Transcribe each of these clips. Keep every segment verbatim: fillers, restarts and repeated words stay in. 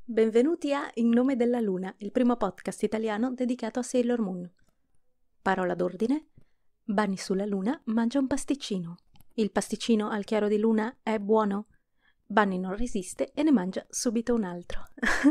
Benvenuti a In nome della luna, il primo podcast italiano dedicato a Sailor Moon. Parola d'ordine: Bunny sulla luna mangia un pasticcino. Il pasticcino al chiaro di luna è buono? Bunny non resiste e ne mangia subito un altro.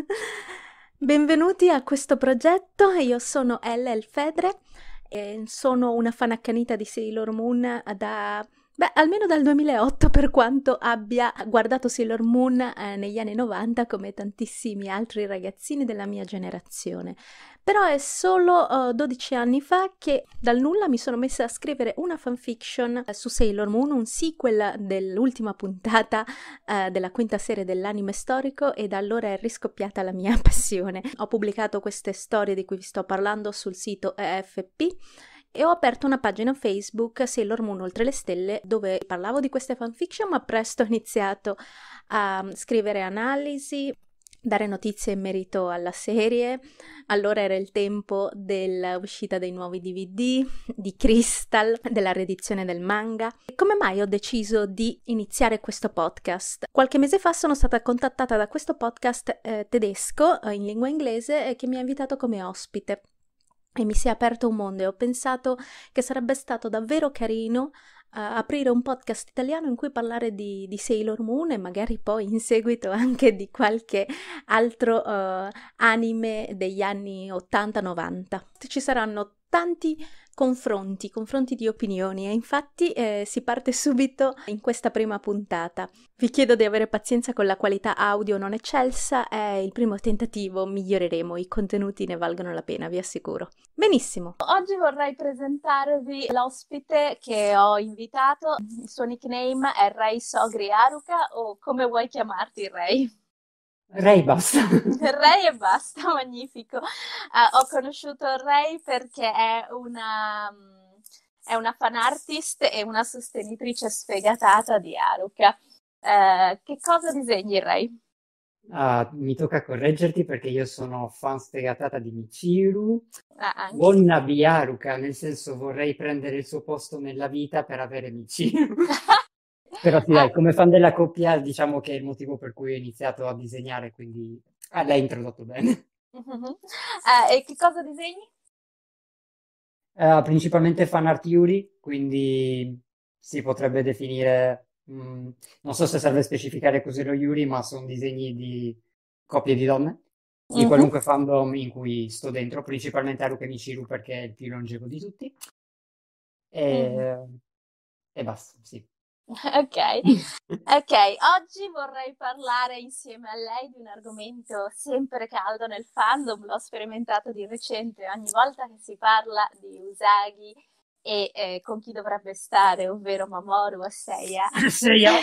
Benvenuti a questo progetto, io sono Elle Elfedre e sono una fan accanita di Sailor Moon da... Beh, almeno dal duemilaotto, per quanto abbia guardato Sailor Moon eh, negli anni novanta come tantissimi altri ragazzini della mia generazione. Però è solo uh, dodici anni fa che dal nulla mi sono messa a scrivere una fanfiction su Sailor Moon, un sequel dell'ultima puntata uh, della quinta serie dell'anime storico, e da allora è riscoppiata la mia passione. Ho pubblicato queste storie di cui vi sto parlando sul sito E F P e ho aperto una pagina Facebook, Sailor Moon Oltre le Stelle, dove parlavo di queste fanfiction, ma presto ho iniziato a scrivere analisi, dare notizie in merito alla serie. Allora era il tempo dell'uscita dei nuovi D V D, di Crystal, della riedizione del manga. E come mai ho deciso di iniziare questo podcast? Qualche mese fa sono stata contattata da questo podcast eh, tedesco, eh, in lingua inglese, eh, che mi ha invitato come ospite. E mi si è aperto un mondo e ho pensato che sarebbe stato davvero carino uh, aprire un podcast italiano in cui parlare di, di Sailor Moon e magari poi in seguito anche di qualche altro uh, anime degli anni ottanta novanta. Ci saranno tanti confronti, confronti di opinioni, e infatti eh, si parte subito in questa prima puntata. Vi chiedo di avere pazienza con la qualità audio non eccelsa, è il primo tentativo, miglioreremo, i contenuti ne valgono la pena, vi assicuro. Benissimo. Oggi vorrei presentarvi l'ospite che ho invitato. Il suo nickname è Rei Sogri Haruka, o come vuoi chiamarti, Rei? Rei basta. Rei e basta, magnifico. Uh, ho conosciuto Rei perché è una, è una fan artist e una sostenitrice sfegatata di Haruka. Uh, che cosa disegni, Rei? Ah, mi tocca correggerti perché io sono fan sfegatata di Michiru, Ah, anche. wannabe Haruka, nel senso vorrei prendere il suo posto nella vita per avere Michiru. Però sì, dai, come fan della coppia diciamo che è il motivo per cui ho iniziato a disegnare, quindi ah, l'hai introdotto bene. Uh-huh. Uh, e che cosa disegni? Uh, principalmente fan art Yuri, quindi si potrebbe definire, mh, non so se serve specificare cos'è lo Yuri, ma sono disegni di coppie di donne, di Uh-huh. qualunque fandom in cui sto dentro, principalmente Haruka Michiru perché è il più longevo di tutti. E, Uh-huh. e basta, sì. Ok, ok, oggi vorrei parlare insieme a lei di un argomento sempre caldo nel fandom. L'ho sperimentato di recente ogni volta che si parla di Usagi e eh, con chi dovrebbe stare, ovvero Mamoru o Seiya. Seiya.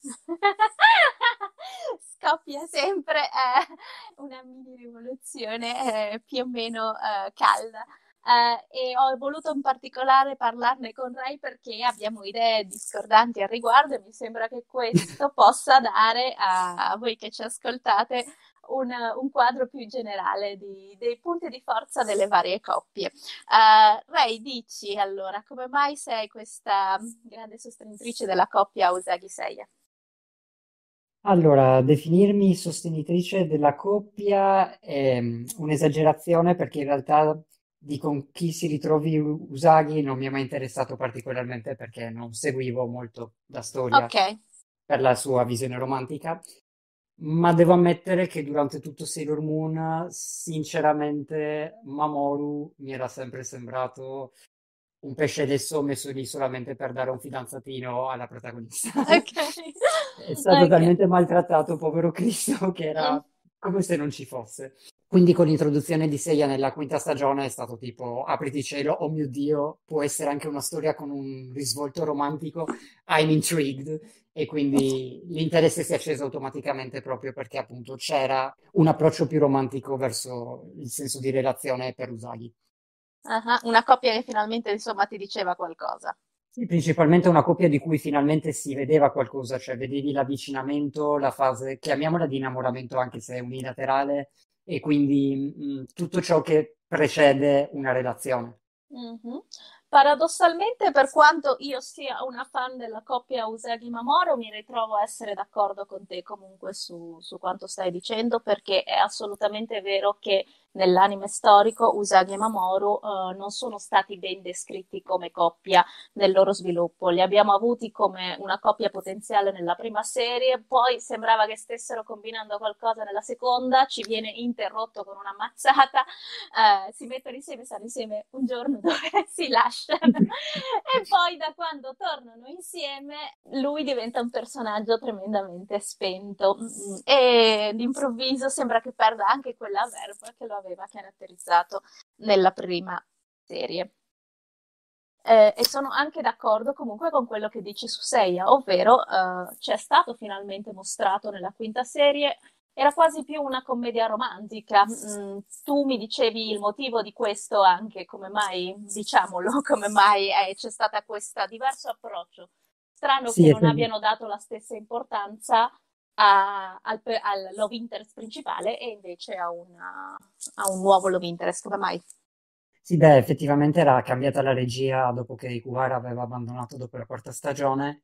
Scoppia sempre eh, una mini rivoluzione eh, più o meno eh, calda. Uh, e ho voluto in particolare parlarne con Ray perché abbiamo idee discordanti al riguardo, e mi sembra che questo possa dare a, a voi che ci ascoltate un, un quadro più generale di, dei punti di forza delle varie coppie. Uh, Ray, dici allora, come mai sei questa grande sostenitrice della coppia Usagi-Seiya? Allora, definirmi sostenitrice della coppia è mm, un'esagerazione perché in realtà di con chi si ritrovi U- Usagi non mi è mai interessato particolarmente perché non seguivo molto la storia Ok. per la sua visione romantica, ma devo ammettere che durante tutto Sailor Moon, sinceramente, Mamoru mi era sempre sembrato un pesce adesso messo lì solamente per dare un fidanzatino alla protagonista. Ok. È stato Ok. talmente maltrattato, povero Cristo, che Mm. era come se non ci fosse. Quindi con l'introduzione di Seiya nella quinta stagione è stato tipo, apriti cielo, oh mio Dio, può essere anche una storia con un risvolto romantico, I'm intrigued. E quindi l'interesse si è acceso automaticamente proprio perché appunto c'era un approccio più romantico verso il senso di relazione per Usagi. Ah, una coppia che finalmente insomma ti diceva qualcosa. Sì, principalmente una coppia di cui finalmente si vedeva qualcosa, cioè vedevi l'avvicinamento, la fase, chiamiamola di innamoramento anche se è unilaterale, e quindi mh, tutto ciò che precede una relazione. Mhm. Paradossalmente, per quanto io sia una fan della coppia Usagi-Mamoru, mi ritrovo a essere d'accordo con te comunque su, su quanto stai dicendo, perché è assolutamente vero che nell'anime storico Usagi e Mamoru eh, non sono stati ben descritti come coppia nel loro sviluppo. Li abbiamo avuti come una coppia potenziale nella prima serie, poi sembrava che stessero combinando qualcosa nella seconda, ci viene interrotto con una mazzata, eh, si mettono insieme, stanno insieme un giorno dove si lasciano e poi da quando tornano insieme lui diventa un personaggio tremendamente spento mm, e d'improvviso sembra che perda anche quella verba che lo aveva caratterizzato nella prima serie. Eh, e sono anche d'accordo comunque con quello che dici su Seiya, ovvero eh, c'è stato finalmente mostrato nella quinta serie, era quasi più una commedia romantica. Mm, tu mi dicevi il motivo di questo anche, come mai, diciamolo, come mai eh, c'è stato questo diverso approccio. Strano che Sì, non effe- abbiano dato la stessa importanza a- al, pe- al love interest principale e invece a, una- a un nuovo love interest, come mai? sì, beh, effettivamente era cambiata la regia dopo che Ikuhara aveva abbandonato dopo la quarta stagione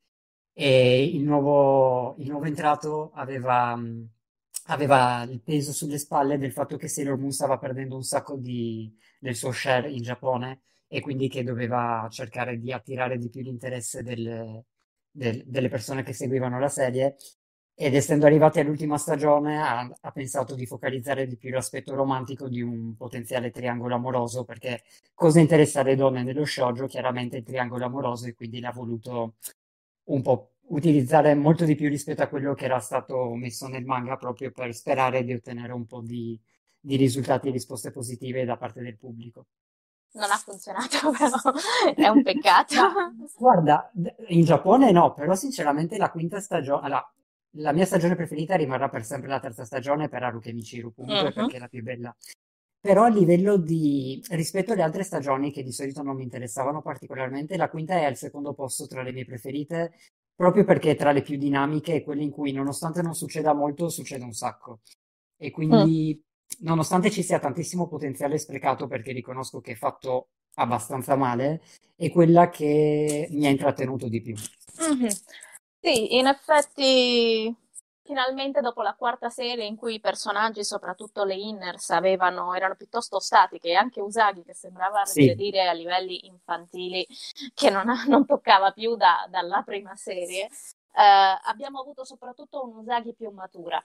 e il nuovo, il nuovo entrato aveva, mh, aveva il peso sulle spalle del fatto che Sailor Moon stava perdendo un sacco di- del suo share in Giappone e quindi che doveva cercare di attirare di più l'interesse delle, del- delle persone che seguivano la serie. Ed essendo arrivati all'ultima stagione ha, ha pensato di focalizzare di più l'aspetto romantico di un potenziale triangolo amoroso, perché cosa interessa alle donne nello shoujo? Chiaramente il triangolo amoroso e quindi l'ha voluto un po' utilizzare molto di più rispetto a quello che era stato messo nel manga proprio per sperare di ottenere un po' di, di risultati e risposte positive da parte del pubblico. Non ha funzionato, però è un peccato. Ma guarda, d- in Giappone no, però sinceramente la quinta stagione, allora, la mia stagione preferita rimarrà per sempre la terza stagione per Haruka Michiru, punto, e Mhm. perché è la più bella. Però a livello di, rispetto alle altre stagioni che di solito non mi interessavano particolarmente, la quinta è al secondo posto tra le mie preferite, proprio perché è tra le più dinamiche e quelle in cui, nonostante non succeda molto, succede un sacco. E Mm. quindi, nonostante ci sia tantissimo potenziale sprecato, perché riconosco che è fatto abbastanza male, è quella che mi ha intrattenuto di più. Mhm. Sì, in effetti, finalmente dopo la quarta serie in cui i personaggi, soprattutto le Inners, avevano, erano piuttosto statiche, e anche Usagi che sembrava Sì, regredire a livelli infantili, che non, ha- non toccava più da- dalla prima serie, eh, abbiamo avuto soprattutto un Usagi più matura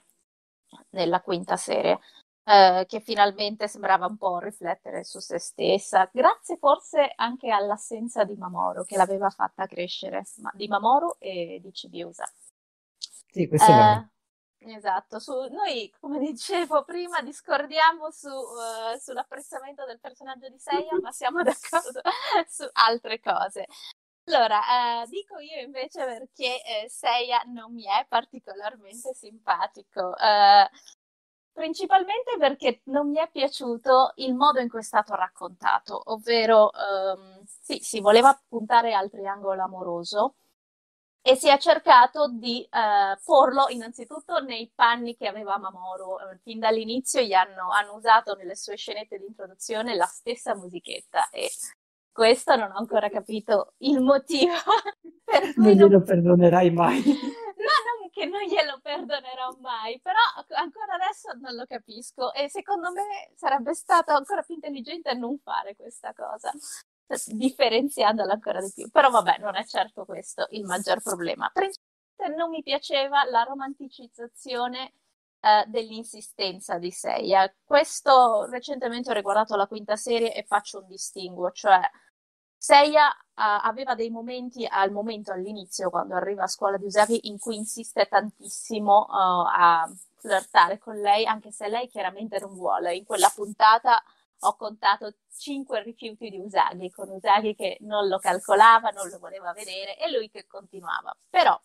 nella quinta serie, eh, che finalmente sembrava un po' riflettere su se stessa, grazie forse anche all'assenza di Mamoru, che l'aveva fatta crescere, ma di Mamoru e di Chibiusa. sì, questo è vero. Eh, esatto, su, noi, come dicevo prima, discordiamo su, eh, sull'apprezzamento del personaggio di Seiya, ma siamo d'accordo su altre cose. Allora, eh, dico io invece perché eh, Seiya non mi è particolarmente simpatico. Eh, principalmente perché non mi è piaciuto il modo in cui è stato raccontato, ovvero ehm, sì, si voleva puntare al triangolo amoroso e si è cercato di eh, porlo innanzitutto nei panni che aveva Mamoru. Eh, Fin dall'inizio gli hanno, hanno usato nelle sue scenette di introduzione la stessa musichetta e questo non ho ancora capito il motivo per Non cui non... glielo perdonerai mai. No, non che non glielo perdonerò mai, però ancora adesso non lo capisco e secondo me sarebbe stato ancora più intelligente non fare questa cosa, differenziandola ancora di più. Però vabbè, non è certo questo il maggior problema. Principalmente non mi piaceva la romanticizzazione eh, dell'insistenza di Seiya. Questo recentemente ho riguardato la quinta serie e faccio un distinguo, cioè Seiya uh, aveva dei momenti al momento, all'inizio, quando arriva a scuola di Usagi, in cui insiste tantissimo uh, a flirtare con lei, anche se lei chiaramente non vuole. In quella puntata ho contato cinque rifiuti di Usagi, con Usagi che non lo calcolava, non lo voleva vedere e lui che continuava. Però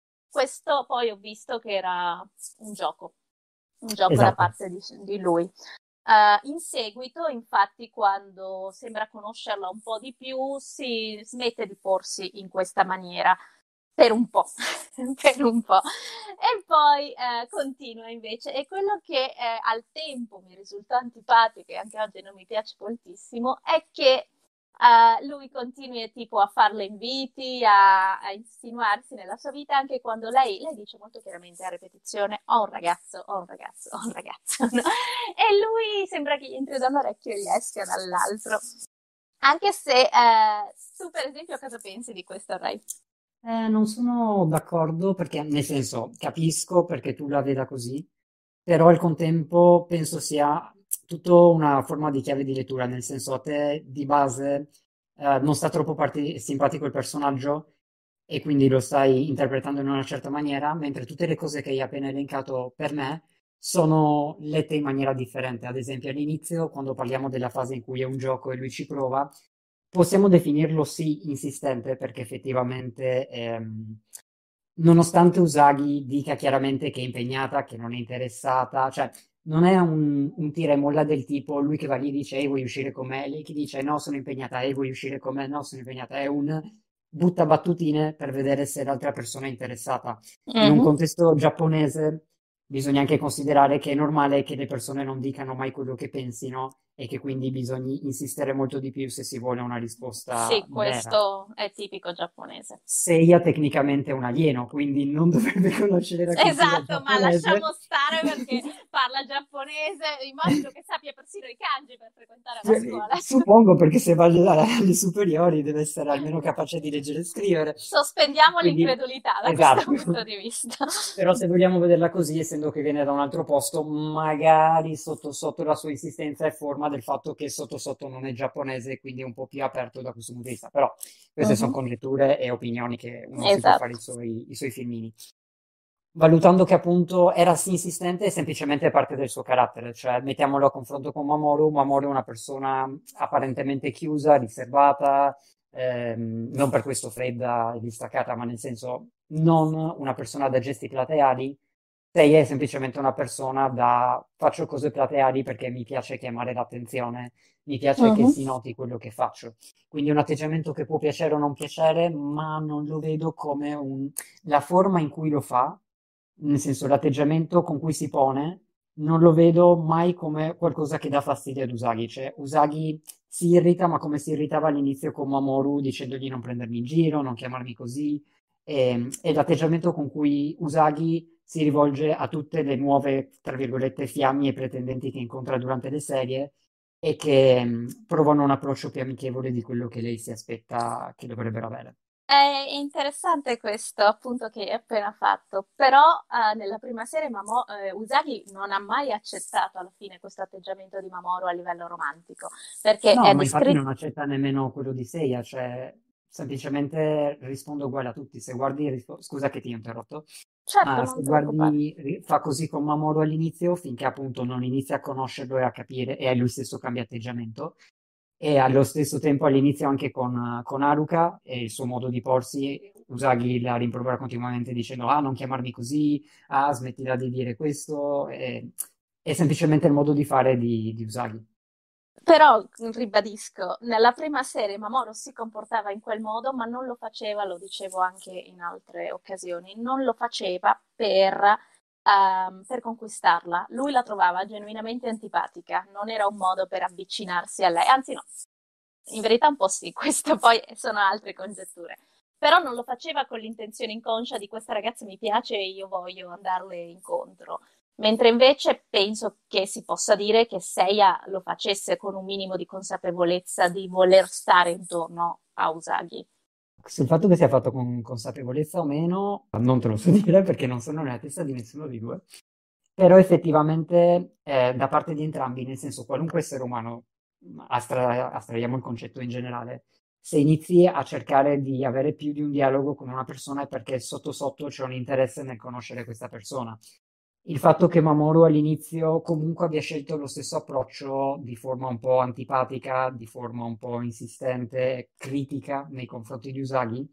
questo poi ho visto che era un gioco, un gioco da Esatto. parte di, di lui. Uh, in seguito, infatti, quando sembra conoscerla un po' di più, si smette di porsi in questa maniera per un po', per un po'. E poi eh, continua invece. E quello che eh, al tempo mi risulta antipatico e anche oggi non mi piace moltissimo è che Uh, lui continui tipo a farle inviti, a, a insinuarsi nella sua vita, anche quando lei, lei dice molto chiaramente a ripetizione: ho un ragazzo, ho un ragazzo, ho un ragazzo, no? E lui sembra che gli entri da un orecchio e gli esca dall'altro. Anche se, uh, tu per esempio cosa pensi di questo, Ray? Eh, non sono d'accordo perché, nel senso, capisco perché tu la veda così, però al contempo penso sia tutto una forma di chiave di lettura, nel senso a te di base eh, non sta troppo parti- simpatico il personaggio e quindi lo stai interpretando in una certa maniera, mentre tutte le cose che hai appena elencato per me sono lette in maniera differente. Ad esempio, all'inizio, quando parliamo della fase in cui è un gioco e lui ci prova, possiamo definirlo sì insistente perché effettivamente, ehm, nonostante Usagi dica chiaramente che è impegnata, che non è interessata, cioè non è un, un tira e molla del tipo lui che va lì e dice ehi vuoi uscire con me, lei che dice no sono impegnata, ehi vuoi uscire con me, no sono impegnata, è un butta battutine per vedere se l'altra persona è interessata. In un Mhm. contesto giapponese bisogna anche considerare che è normale che le persone non dicano mai quello che pensino e che quindi bisogna insistere molto di più se si vuole una risposta Sì, vera. questo è tipico giapponese. Seiya tecnicamente è un alieno, quindi non dovrebbe conoscere la cultura Esatto, ma lasciamo giapponese. stare perché parla giapponese, immagino che sappia persino i kanji per frequentare la Cioè, scuola. suppongo perché se va alle alle superiori deve essere almeno capace di leggere e scrivere. Sospendiamo Quindi, l'incredulità da questo esatto. punto di vista. Però se vogliamo vederla così, essendo che viene da un altro posto, magari sotto sotto la sua insistenza è forma del fatto che sotto sotto non è giapponese e quindi è un po' più aperto da questo punto di vista. Però queste sono Mhm. congetture e opinioni che uno si può fare i Esatto. suoi, i suoi filmini. Valutando che appunto era sì insistente, è semplicemente parte del suo carattere, cioè mettiamolo a confronto con Mamoru. Mamoru è una persona apparentemente chiusa, riservata, ehm, non per questo fredda e distaccata, ma nel senso non una persona da gesti plateali. Lei è semplicemente una persona da faccio cose plateali perché mi piace chiamare l'attenzione, mi piace che Mhm. si noti quello che faccio. Quindi è un atteggiamento che può piacere o non piacere, ma non lo vedo come un... la forma in cui lo fa, nel senso l'atteggiamento con cui si pone, non lo vedo mai come qualcosa che dà fastidio ad Usagi. Cioè, Usagi si irrita, ma come si irritava all'inizio con Mamoru, dicendogli non prendermi in giro, non chiamarmi così. E, e l'atteggiamento con cui Usagi si rivolge a tutte le nuove, tra virgolette, fiamme e pretendenti che incontra durante le serie e che mh, provano un approccio più amichevole di quello che lei si aspetta che dovrebbero avere. È interessante questo appunto che hai appena fatto, però eh, nella prima serie Mamo- eh, Usagi non ha mai accettato alla fine questo atteggiamento di Mamoru a livello romantico, perché No, è ma infatti descritto. non accetta nemmeno quello di Seiya, cioè semplicemente rispondo uguale a tutti. Se guardi, rispo- scusa che ti ho interrotto, Certo, ma non se ti preoccupare. guardi, ri- fa così con Mamoru all'inizio, finché appunto non inizia a conoscerlo e a capire, e lui stesso cambia atteggiamento, e allo stesso tempo all'inizio anche con, con Haruka e il suo modo di porsi, Usagi la rimprovera continuamente dicendo ah, non chiamarmi così, ah, smettila di dire questo, e- è semplicemente il modo di fare di, di Usagi. Però ribadisco, nella prima serie Mamoru si comportava in quel modo, ma non lo faceva, lo dicevo anche in altre occasioni, non lo faceva per, ehm, per conquistarla. Lui la trovava genuinamente antipatica, non era un modo per avvicinarsi a lei, anzi no, in verità un po' sì, questo poi sono altre congetture. Però non lo faceva con l'intenzione inconscia di questa ragazza mi piace e io voglio andarle incontro. Mentre invece penso che si possa dire che Seiya lo facesse con un minimo di consapevolezza di voler stare intorno a Usagi. Sul fatto che sia fatto con consapevolezza o meno, non te lo so dire perché non sono nella testa di nessuno dei due, però effettivamente eh, da parte di entrambi, nel senso qualunque essere umano, astra- astraiamo il concetto in generale, se inizi a cercare di avere più di un dialogo con una persona è perché sotto sotto c'è un interesse nel conoscere questa persona. Il fatto che Mamoru all'inizio comunque abbia scelto lo stesso approccio di forma un po' antipatica, di forma un po' insistente, critica nei confronti di Usagi,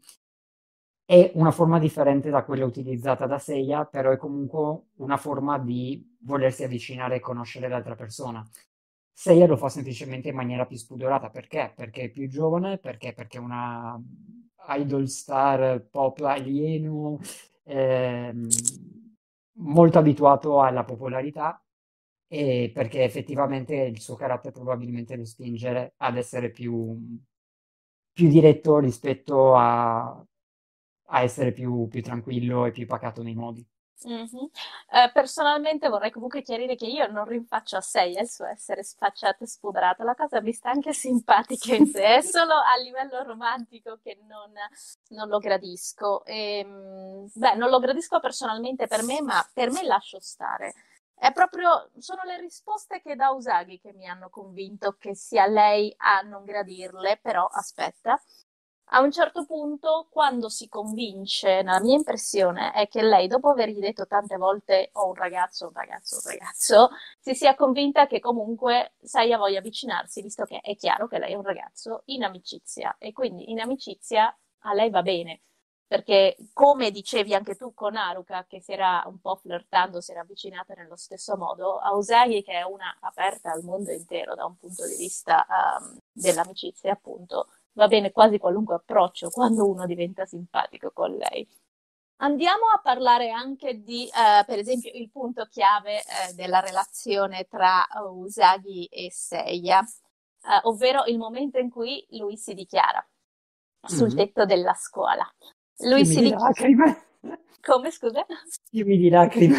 è una forma differente da quella utilizzata da Seiya, però è comunque una forma di volersi avvicinare e conoscere l'altra persona. Seiya lo fa semplicemente in maniera più spudorata. Perché? Perché è più giovane, perché? Perché è una idol star pop alieno, ehm, molto abituato alla popolarità e perché effettivamente il suo carattere probabilmente lo spinge ad essere più più diretto rispetto a, a essere più, più tranquillo e più pacato nei modi. Mhm. Eh, personalmente vorrei comunque chiarire che io non rinfaccio a Seiya il suo essere sfacciata e spuderata, la cosa mi sta anche simpatica in sé, è solo a livello romantico che non, non lo gradisco. Ehm, beh, non lo gradisco personalmente per me, ma per me lascio stare. È proprio, sono le risposte che dà Usagi che mi hanno convinto che sia lei a non gradirle, però aspetta. A un certo punto, quando si convince, la mia impressione è che lei, dopo avergli detto tante volte ho un ragazzo, un ragazzo, un ragazzo, si sia convinta che comunque Saya voglia avvicinarsi, visto che è chiaro che lei è un ragazzo, in amicizia. E quindi in amicizia a lei va bene. Perché, come dicevi anche tu con Haruka, che si era un po' flirtando, si era avvicinata nello stesso modo, a Usagi, che è una aperta al mondo intero da un punto di vista um, dell'amicizia, appunto, va bene quasi qualunque approccio quando uno diventa simpatico con lei. Andiamo a parlare anche di, eh, per esempio, il punto chiave eh, della relazione tra uh, Usagi e Seiya, eh, ovvero il momento in cui lui si dichiara sul Mhm. tetto della scuola. Lui Fiumi si di dichiara... lacrime, Come, scusa? fiumi di lacrime.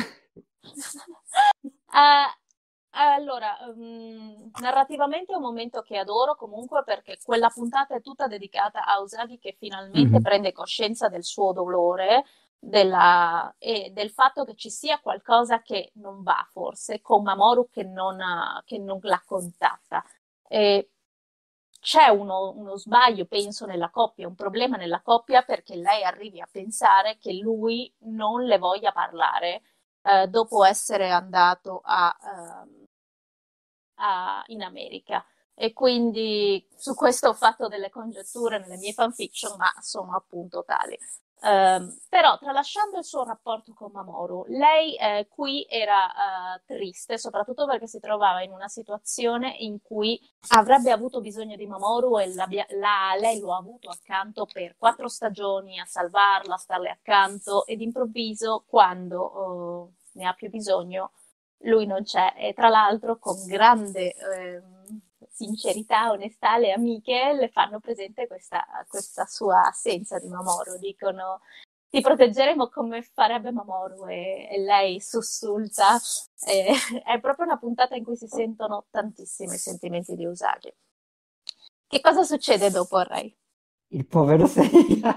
Eh, allora, mm, narrativamente è un momento che adoro comunque perché quella puntata è tutta dedicata a Usagi che finalmente Mhm. prende coscienza del suo dolore della- e del fatto che ci sia qualcosa che non va forse con Mamoru che non, ha- che non la contatta. E c'è uno, uno sbaglio, penso, nella coppia, un problema nella coppia perché lei arrivi a pensare che lui non le voglia parlare eh, dopo essere andato a, ehm, a- in America. E quindi su questo ho fatto delle congetture nelle mie fanfiction, ma sono appunto tali. Ehm, però, tralasciando il suo rapporto con Mamoru, lei eh, qui era eh, triste, soprattutto perché si trovava in una situazione in cui avrebbe avuto bisogno di Mamoru e l'abbia- la- lei lo ha avuto accanto per quattro stagioni a salvarla, a starle accanto, ed improvviso, quando oh, ne ha più bisogno, lui non c'è. E tra l'altro, con grande ehm, sincerità, onestà, le amiche le fanno presente questa, questa sua assenza di Mamoru. Dicono: ti proteggeremo come farebbe Mamoru, e, e lei sussulta. E, è proprio una puntata in cui si sentono tantissimi sentimenti di Usagi. Che cosa succede dopo, Ray? Il povero Seiya.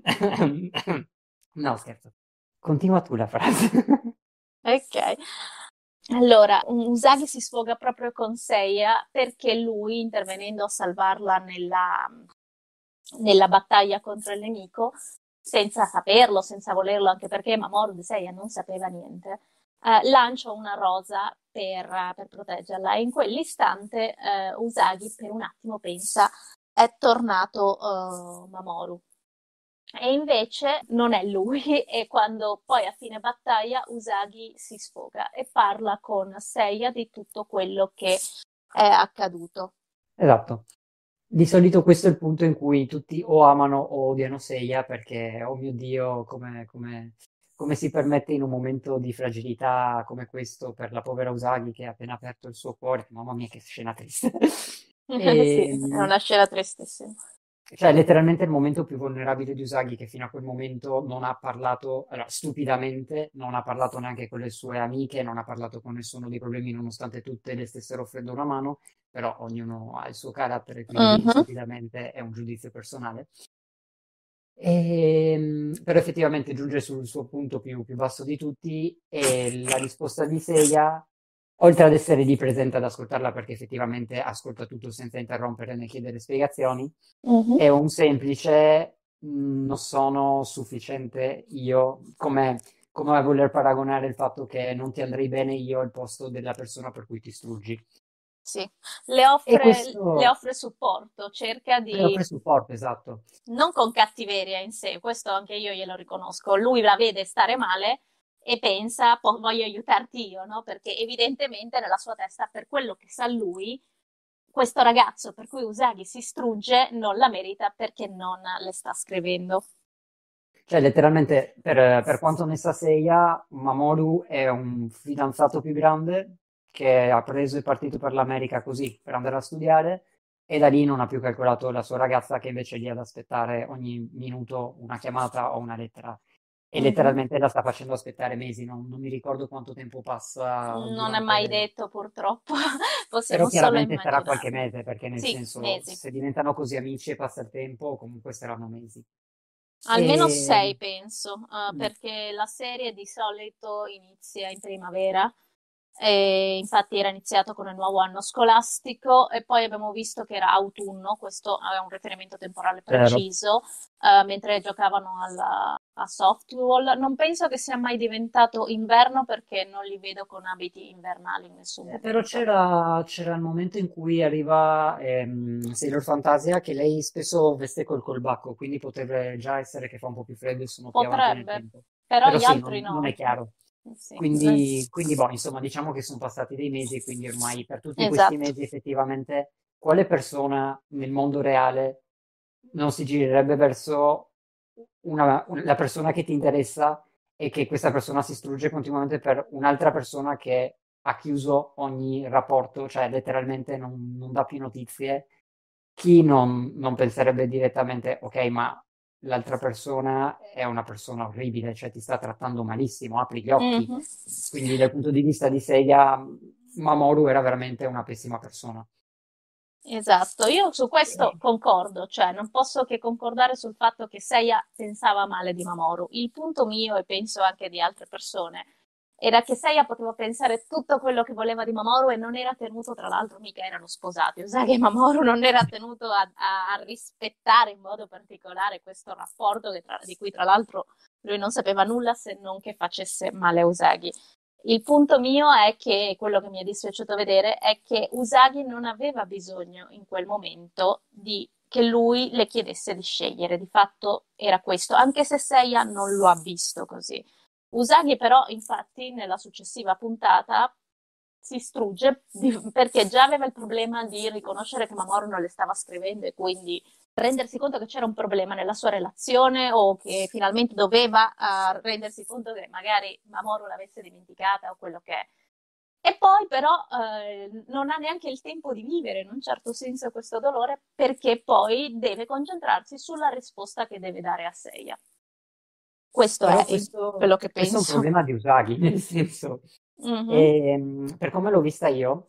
No, scherzo. Continua tu la frase. Ok. Allora, Usagi si sfoga proprio con Seiya perché lui, intervenendo a salvarla nella, nella battaglia contro il nemico, senza saperlo, senza volerlo, anche perché Mamoru di Seiya non sapeva niente, eh, lancia una rosa per, per proteggerla. E in quell'istante eh, Usagi per un attimo pensa è tornato eh, Mamoru. E invece non è lui, e quando poi a fine battaglia Usagi si sfoga e parla con Seiya di tutto quello che è accaduto. Esatto. Di solito questo è il punto in cui tutti o amano o odiano Seiya perché, oh mio Dio, come, come- come si permette in un momento di fragilità come questo per la povera Usagi che ha appena aperto il suo cuore. Mamma mia, che scena triste. Sì, E, è una scena tristissima. cioè, letteralmente il momento più vulnerabile di Usagi che fino a quel momento non ha parlato, allora, stupidamente, non ha parlato neanche con le sue amiche, non ha parlato con nessuno dei problemi, nonostante tutte le stessero offrendo una mano, però ognuno ha il suo carattere, quindi Mhm. stupidamente è un giudizio personale. Ehm, però effettivamente giunge sul suo punto più, più basso di tutti e la risposta di Seiya, oltre ad essere lì presente ad ascoltarla perché effettivamente ascolta tutto senza interrompere né chiedere spiegazioni, Mhm. è un semplice "Mm, non sono sufficiente io", come, come a voler paragonare il fatto che non ti andrei bene io al posto della persona per cui ti struggi. Sì, le E offre, le questo offre supporto, cerca le di, offre supporto, esatto. non con cattiveria in sé, questo anche io glielo riconosco. Lui la vede stare male e pensa, "Po- voglio aiutarti io", no? Perché evidentemente nella sua testa, per quello che sa lui, questo ragazzo per cui Usagi si strugge non la merita perché non le sta scrivendo. Cioè, letteralmente, per, per quanto ne sa Seiya, Mamoru è un fidanzato più grande che ha preso e partito per l'America così, per andare a studiare, e da lì non ha più calcolato la sua ragazza che invece è lì ad aspettare ogni minuto una chiamata o una lettera. E Mhm. letteralmente la sta facendo aspettare mesi, non, non mi ricordo quanto tempo passa Non è mai durante... detto, purtroppo, Però possiamo solo chiaramente sarà qualche immaginarlo. mese, perché nel Sì, senso, mesi. se diventano così amici e passa il tempo, comunque saranno mesi. Almeno E... sei, penso, eh, mm, perché la serie di solito inizia in primavera. E infatti era iniziato con il nuovo anno scolastico e poi abbiamo visto che era autunno, questo aveva un riferimento temporale Vero. preciso, eh, mentre giocavano alla- a softball. Non penso che sia mai diventato inverno perché non li vedo con abiti invernali in nessun Eh, però momento. c'era c'era il momento in cui arriva ehm, Sailor Fantasia che lei spesso veste col colbacco, quindi potrebbe già essere che fa un po' più freddo e sono più avanti nel Potrebbe, tempo. però Però gli sì, altri non, non è no. chiaro. Sì, eh, Quindi, quindi boh, insomma, diciamo che sono passati dei mesi, quindi ormai per tutti questi esatto. mesi effettivamente quale persona nel mondo reale non si girerebbe verso una- la persona che ti interessa e che questa persona si strugge continuamente per un'altra persona che ha chiuso ogni rapporto, cioè letteralmente non, non dà più notizie. Chi non, non penserebbe direttamente, ok, ma l'altra persona è una persona orribile, cioè ti sta trattando malissimo, apri gli occhi. Mhm. Quindi dal punto di vista di Seiya, Mamoru era veramente una pessima persona. Esatto, io su questo E- concordo, cioè non posso che concordare sul fatto che Seiya pensava male di Mamoru. Il punto mio, e penso anche di altre persone, era che Seiya poteva pensare tutto quello che voleva di Mamoru e non era tenuto, tra l'altro, mica erano sposati. Usagi e Mamoru non era tenuto a, a- a rispettare in modo particolare questo rapporto che tra- di cui, tra l'altro, lui non sapeva nulla se non che facesse male a Usagi. Il punto mio è che quello che mi è dispiaciuto vedere è che Usagi non aveva bisogno in quel momento di che lui le chiedesse di scegliere. Di fatto era questo, anche se Seiya non lo ha visto così. Usagi però, infatti, nella successiva puntata si strugge di- perché già aveva il problema di riconoscere che Mamoru non le stava scrivendo e quindi rendersi conto che c'era un problema nella sua relazione o che finalmente doveva uh, rendersi conto che magari Mamoru l'avesse dimenticata o quello che è. E poi però eh, non ha neanche il tempo di vivere in un certo senso questo dolore perché poi deve concentrarsi sulla risposta che deve dare a Seiya. Questo Però è il- questo, quello che questo è un penso. problema di Usagi, nel senso, Mhm. ehm, per come l'ho vista io,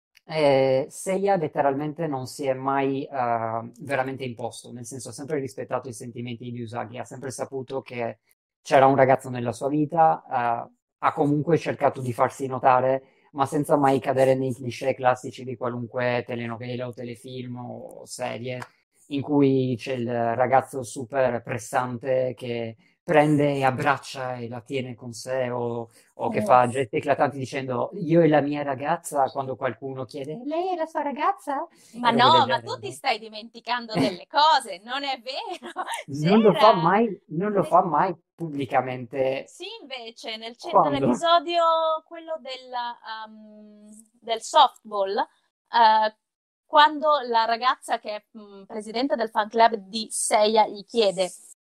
eh, Seiya letteralmente non si è mai eh, veramente imposto, nel senso ha sempre rispettato i sentimenti di Usagi, ha sempre saputo che c'era un ragazzo nella sua vita, eh, ha comunque cercato di farsi notare, ma senza mai cadere nei cliché classici di qualunque telenovela o telefilm o serie in cui c'è il ragazzo super pressante che prende e abbraccia e la tiene con sé o, o che Mm. fa gesti eclatanti dicendo io e la mia ragazza quando qualcuno chiede lei è la sua ragazza? Ma E robe del no, ma tu genere, ti no? stai dimenticando delle cose, non è vero? Non lo fa C'era mai, non lo nel- fa mai pubblicamente. sì, invece, nel ce- Quando? nell'episodio quello del, um, del softball, eh, quando la ragazza che è mm, presidente del fan club di Seiya gli chiede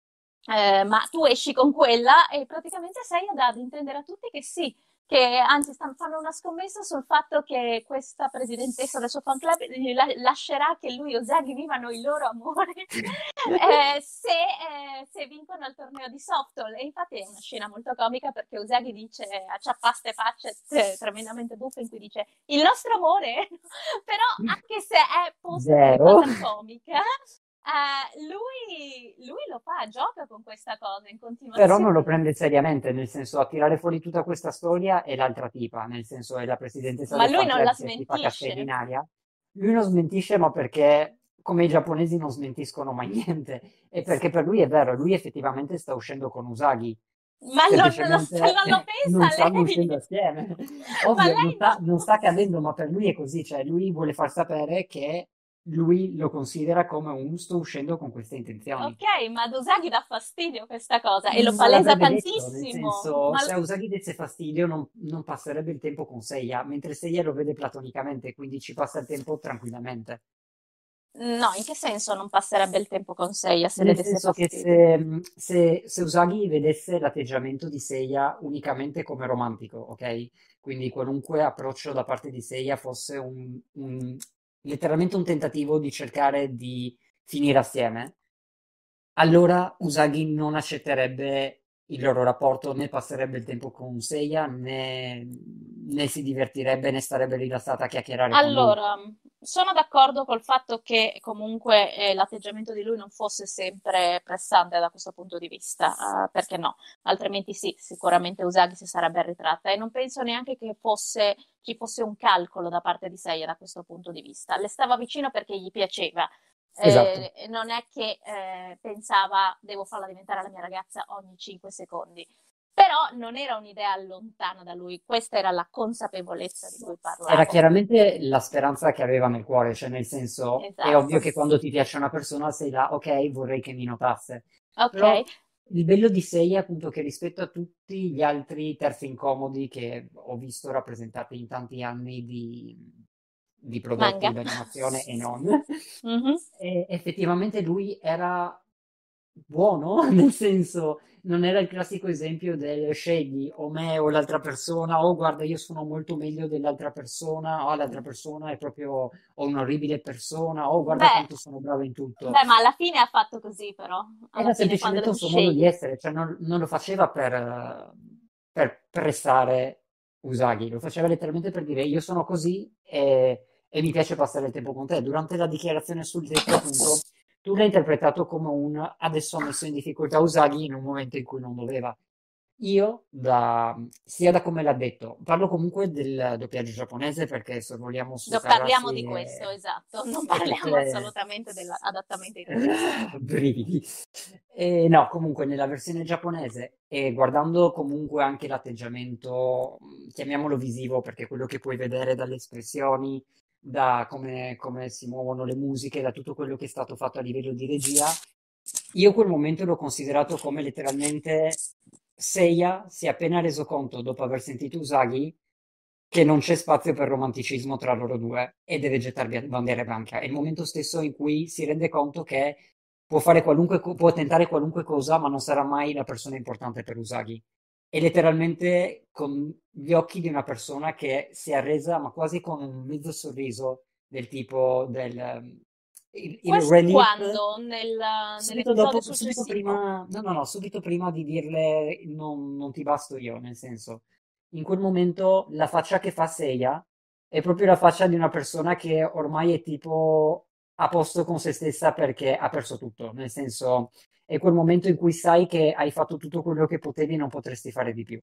eh, ma tu esci con quella e praticamente Seiya dà ad intendere a tutti che sì, che anzi stanno, fanno una scommessa sul fatto che questa presidentessa del suo fan club gli la- lascerà che lui e Usagi vivano il loro amore eh, se, eh, se vincono il torneo di softball. E infatti è una scena molto comica perché Usagi dice a ciappaste facce eh, tremendamente buffe in cui dice il nostro amore, però anche se è posta come Zero. cosa comica, eh, lui, lui lo fa, gioca con questa cosa in Però non lo continuazione. prende seriamente, nel senso a tirare fuori tutta questa storia è l'altra tipa, nel senso è la presidentessa Ma del lui fan non la club che si fa castelli smentisce. in aria. Lui non smentisce, ma perché come i giapponesi non smentiscono mai niente, e perché per lui è vero, lui effettivamente sta uscendo con Usagi, Ma non lo, semplicemente non lo pensa non stanno lei. uscendo assieme. Ma Ovvio, non lei sta, no. non sta accadendo, ma per lui è così, cioè lui vuole far sapere che lui lo considera come un sto uscendo con queste intenzioni. Ok, ma ad Usagi dà fastidio questa cosa e lo Ma palesa l'avrebbe detto, nel tantissimo. senso, Ma se a Usagi desse fastidio non, non passerebbe il tempo con Seiya, mentre Seiya lo vede platonicamente, quindi ci passa il tempo tranquillamente. no, in che senso non passerebbe il tempo con Seiya se le Nel desse senso che fastidio? se, se, se Usagi vedesse l'atteggiamento di Seiya unicamente come romantico, ok? Quindi qualunque approccio da parte di Seiya fosse un, un letteralmente un tentativo di cercare di finire assieme, allora Usagi non accetterebbe il loro rapporto, né passerebbe il tempo con Seiya, né, né si divertirebbe, né starebbe rilassata a chiacchierare con lui. Allora, sono d'accordo col fatto che comunque eh, l'atteggiamento di lui non fosse sempre pressante da questo punto di vista, eh, perché no? Altrimenti sì, sicuramente Usagi si sarebbe arretrata e non penso neanche che fosse, ci fosse un calcolo da parte di Seiya da questo punto di vista. Le stava vicino perché gli piaceva. Esatto. Eh, non è che eh, pensava devo farla diventare la mia ragazza ogni cinque secondi. Però non era un'idea lontana da lui, questa era la consapevolezza di cui Era parlavo. chiaramente la speranza che aveva nel cuore, cioè nel senso, è ovvio Esatto. che quando ti piace una persona sei là, ok, vorrei che mi notasse. Ok, Però il bello di Sei è appunto che rispetto a tutti gli altri terzi incomodi che ho visto rappresentati in tanti anni di, di prodotti manga. d'animazione e non, Mhm. e effettivamente lui era buono, nel senso non era il classico esempio del scegli o me o l'altra persona, o guarda io sono molto meglio dell'altra persona, o l'altra persona è proprio o un'orribile persona, o guarda Beh, quanto sono bravo in tutto. beh, ma alla fine ha fatto così, però. Alla Era fine, quando semplicemente un non suo modo di scegli. essere, cioè non, non lo faceva per, eh, per pressare Usagi, lo faceva letteralmente per dire io sono così e, e mi piace passare il tempo con te. Durante la dichiarazione sul tetto, appunto, tu l'hai interpretato come un adesso ho messo in difficoltà Usagi in un momento in cui non doveva. Io, da, sia da come l'ha detto, parlo comunque del doppiaggio giapponese perché sorvoliamo su No, parliamo Karashi di questo, e, esatto. Non e parliamo tutte... assolutamente dell'adattamento italiano. Brividi. E no, comunque nella versione giapponese e guardando comunque anche l'atteggiamento, mh, chiamiamolo visivo, perché quello che puoi vedere dalle espressioni, da come, come si muovono le musiche, da tutto quello che è stato fatto a livello di regia, io quel momento l'ho considerato come letteralmente Seiya si è appena reso conto, dopo aver sentito Usagi, che non c'è spazio per romanticismo tra loro due e deve gettare via bandiera bianca. È il momento stesso in cui si rende conto che può fare qualunque, co- può tentare qualunque cosa, ma non sarà mai la persona importante per Usagi. È letteralmente con gli occhi di una persona che si è arresa, ma quasi con un mezzo sorriso del tipo del ehm, il, il Questo relief. quando? Nel- Subito nell'episodio dopo, subito successivo? prima, no, no, no, subito prima di dirle non, non ti basto io, nel senso, in quel momento la faccia che fa Seiya è proprio la faccia di una persona che ormai è tipo a posto con se stessa perché ha perso tutto, nel senso, è quel momento in cui sai che hai fatto tutto quello che potevi e non potresti fare di più.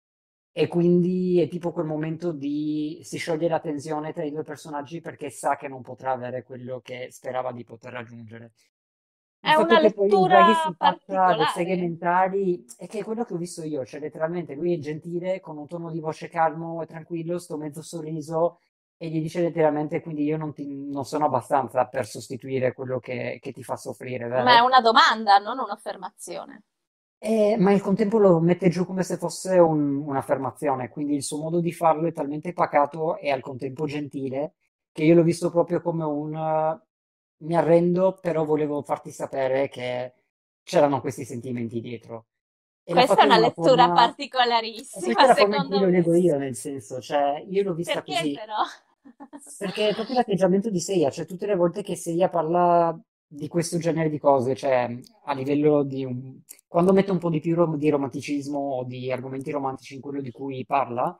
E quindi è tipo quel momento di si scioglie la tensione tra i due personaggi perché sa che non potrà avere quello che sperava di poter raggiungere. Il È fatto una che poi Usagi lettura si faccia le seghe particolare. mentali è che è quello che ho visto io, cioè letteralmente lui è gentile, con un tono di voce calmo e tranquillo, sto mezzo sorriso e gli dice letteralmente quindi io non, ti- non sono abbastanza per sostituire quello che, che ti fa soffrire, Ma è vero? una domanda, non un'affermazione. Eh, ma al contempo lo mette giù come se fosse un- un'affermazione, quindi il suo modo di farlo è talmente pacato e al contempo gentile che io l'ho visto proprio come un eh, mi arrendo, però volevo farti sapere che c'erano questi sentimenti dietro. E l'ha Questa è fatto in una una lettura forma, e questa particolarissima, è la forma in cui secondo lo me. leggo io, nel senso, cioè io l'ho vista Perché così. però? Perché è proprio l'atteggiamento di Seiya, cioè tutte le volte che Seiya parla di questo genere di cose, cioè a livello di un... quando mette un po' di più rom- di romanticismo o di argomenti romantici in quello di cui parla,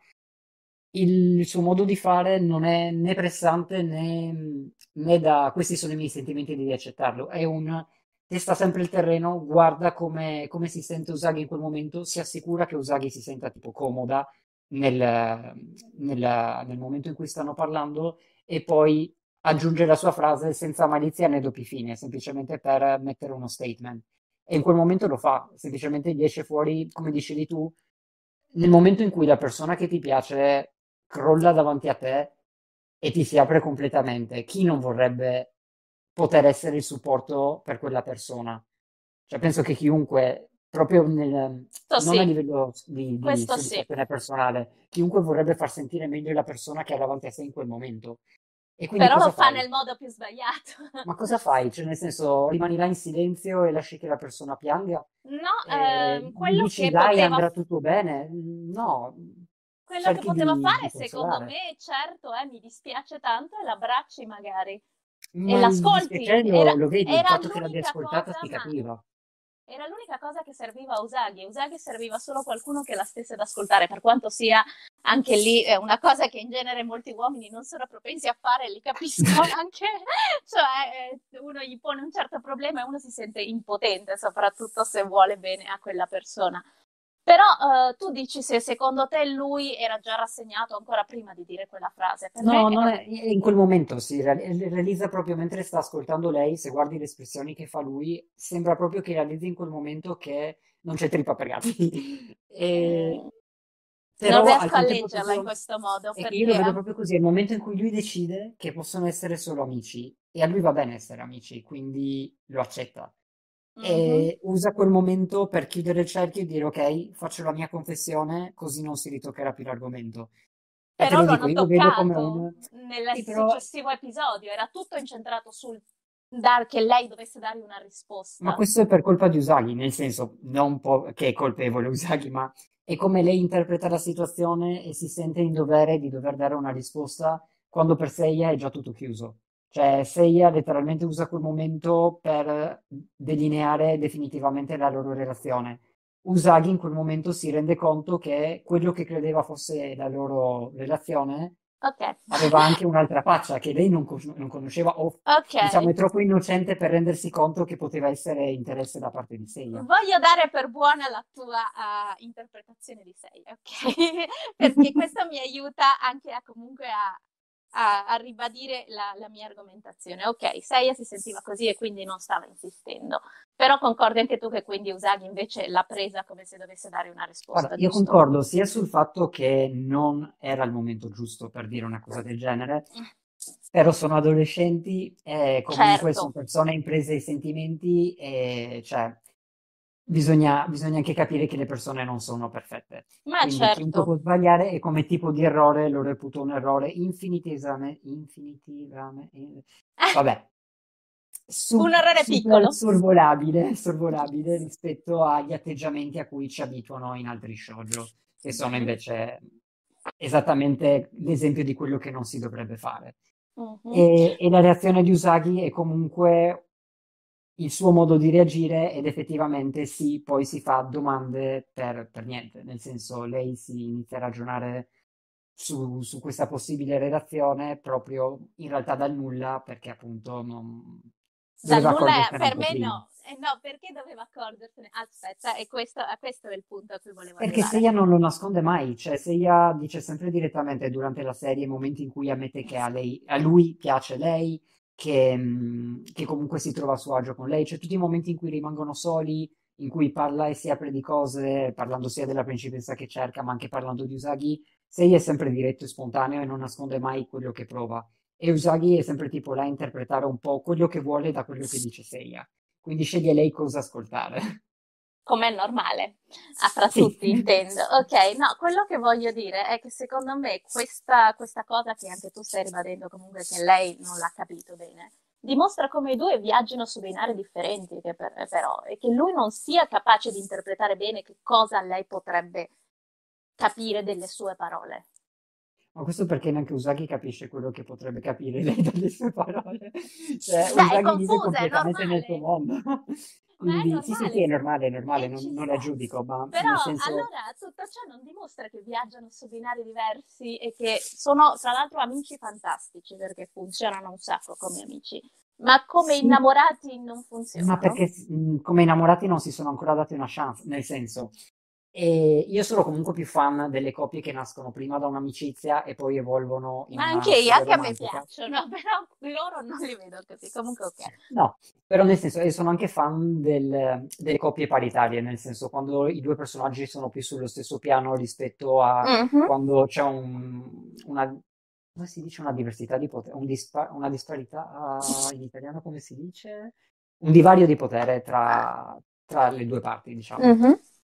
il suo modo di fare non è né pressante né, né da questi sono i miei sentimenti, devi accettarlo, è un testa sempre il terreno, guarda come, come si sente Usagi in quel momento, si assicura che Usagi si senta tipo comoda nel, nel- nel momento in cui stanno parlando e poi aggiunge la sua frase senza malizia né doppi fine, semplicemente per mettere uno statement. E in quel momento lo fa, semplicemente gli esce fuori, come dicevi tu, nel momento in cui la persona che ti piace crolla davanti a te e ti si apre completamente, chi non vorrebbe poter essere il supporto per quella persona? Cioè, penso che chiunque, proprio nel- Questo non a sì, livello di, di questo sì. soddisfazione personale, chiunque vorrebbe far sentire meglio la persona che ha davanti a sé in quel momento. E quindi Però lo cosa fa fai? nel modo più sbagliato. Ma cosa fai? Cioè, nel senso, rimani là in silenzio e lasci che la persona pianga? No, E ehm, gli quello dici, che dai, poteva andrà tutto bene? No, quello che cerchi poteva di, fare, di secondo consolare. me, certo, eh, mi dispiace tanto, e l'abbracci magari e Ma il l'ascolti. dispiacere Era, lo, lo vedi, il era fatto che l'abbia l'unica ascoltata cosa, si ma capiva. era l'unica cosa che serviva a Usagi. Usagi serviva solo qualcuno che la stesse ad ascoltare, per quanto sia anche lì eh, una cosa che in genere molti uomini non sono propensi a fare, li capisco anche, cioè eh, uno gli pone un certo problema e uno si sente impotente, soprattutto se vuole bene a quella persona. Però eh, tu dici se secondo te lui era già rassegnato ancora prima di dire quella frase. Per me No, non era... è, in quel momento si real- realizza proprio mentre sta ascoltando lei, se guardi le espressioni che fa lui, sembra proprio che realizzi in quel momento che non c'è trippa per gatti. mm, E- non però al riesco a contempo leggerla in proprio, questo modo, è che io lo perché... vedo an- proprio così, è il momento in cui lui decide che possono essere solo amici e a lui va bene essere amici, quindi lo accetta. Mhm. E usa quel momento per chiudere il cerchio e dire ok, faccio la mia confessione, così non si ritoccherà più l'argomento. E te Però lo lo dico, hanno io lo vedo come toccato un... nel Sì, però... successivo episodio, era tutto incentrato sul dar che lei dovesse dare una Ma risposta. questo è per colpa di Usagi, nel senso, non po- che è colpevole Usagi, ma è come lei interpreta la situazione e si sente in dovere di dover dare una risposta quando per Seiya è già tutto chiuso. Cioè, Seiya letteralmente usa quel momento per delineare definitivamente la loro relazione. Usagi in quel momento si rende conto che quello che credeva fosse la loro relazione Ok, aveva anche un'altra faccia che lei non, cos- non conosceva o ok. diciamo è troppo innocente per rendersi conto che poteva essere interesse da parte di Seiya. Voglio dare per buona la tua uh, interpretazione di sei, ok? Perché questo mi aiuta anche a comunque a, a, a ribadire la, la, mia argomentazione. Ok, Seiya si sentiva così e quindi non stava insistendo. Però concordi anche tu che quindi Usagi invece l'ha presa come se dovesse dare una Guarda, risposta, io giusto? concordo sia sul fatto che non era il momento giusto per dire una cosa del genere, però sono adolescenti e comunque sono Certo, persone imprese ai sentimenti e cioè bisogna, bisogna anche capire che le persone non sono perfette. ma Quindi chiunque certo. può sbagliare e come tipo di errore lo reputo un errore infinitivamente, infinitivamente, vabbè, Un su- errore super piccolo. sorvolabile, sorvolabile rispetto agli atteggiamenti a cui ci abituano in altri shoujo, che sono invece esattamente l'esempio di quello che non si dovrebbe fare. Mhm. E, e la reazione di Usagi è comunque il suo modo di reagire ed effettivamente sì, poi si fa domande per, per niente, nel senso lei si inizia a ragionare su, su questa possibile relazione proprio in realtà dal nulla perché appunto non Dal doveva nulla accorgersene un per po' me prima. no. Eh, no, perché doveva accorgersene? Aspetta, e questo, eh, questo è il punto a cui volevo Perché arrivare. Seiya non lo nasconde mai, cioè Seiya dice sempre direttamente durante la serie, i momenti in cui ammette che a lei, a lui piace lei, che, mh, che comunque si trova a suo agio con lei, cioè tutti i momenti in cui rimangono soli, in cui parla e si apre di cose, parlando sia della principessa che cerca, ma anche parlando di Usagi, Seiya è sempre diretto e spontaneo e non nasconde mai quello che prova. E Usagi è sempre tipo là a interpretare un po' quello che vuole da quello che dice Seiya. Quindi sceglie lei cosa ascoltare. Come è normale, ah, fra Sì. tutti intendo. Ok, no, quello che voglio dire è che secondo me questa, questa cosa che anche tu stai ribadendo comunque che lei non l'ha capito bene, dimostra come i due viaggino su binari differenti che per- però, e che lui non sia capace di interpretare bene che cosa lei potrebbe capire delle sue parole. Ma questo perché neanche Usagi capisce quello che potrebbe capire lei dalle sue parole. Cioè, Beh, è Usagi vive confusa, è completamente nel suo normale. mondo. Ma è Quindi, sì, sì, sì, normale, è normale, è normale, e non, ci non la sta. giudico, ma Però nel senso, allora tutto ciò non dimostra che viaggiano su binari diversi e che sono tra l'altro amici fantastici perché funzionano un sacco come amici, ma come sì, innamorati non ma funzionano. perché mh, come innamorati non si sono ancora dati una chance, nel senso, e io sono comunque più fan delle coppie che nascono prima da un'amicizia e poi evolvono in Ma anche una io, storia anche a me romantica. piacciono, però loro non li vedo così. Comunque ok. No, però nel senso, e sono anche fan del- delle coppie paritarie, nel senso quando i due personaggi sono più sullo stesso piano rispetto a Mhm. quando c'è un- una, come si dice, una diversità di potere, un dispa- una disparità, ah, in italiano come si dice? Un divario di potere tra, tra le due parti, diciamo. Mhm.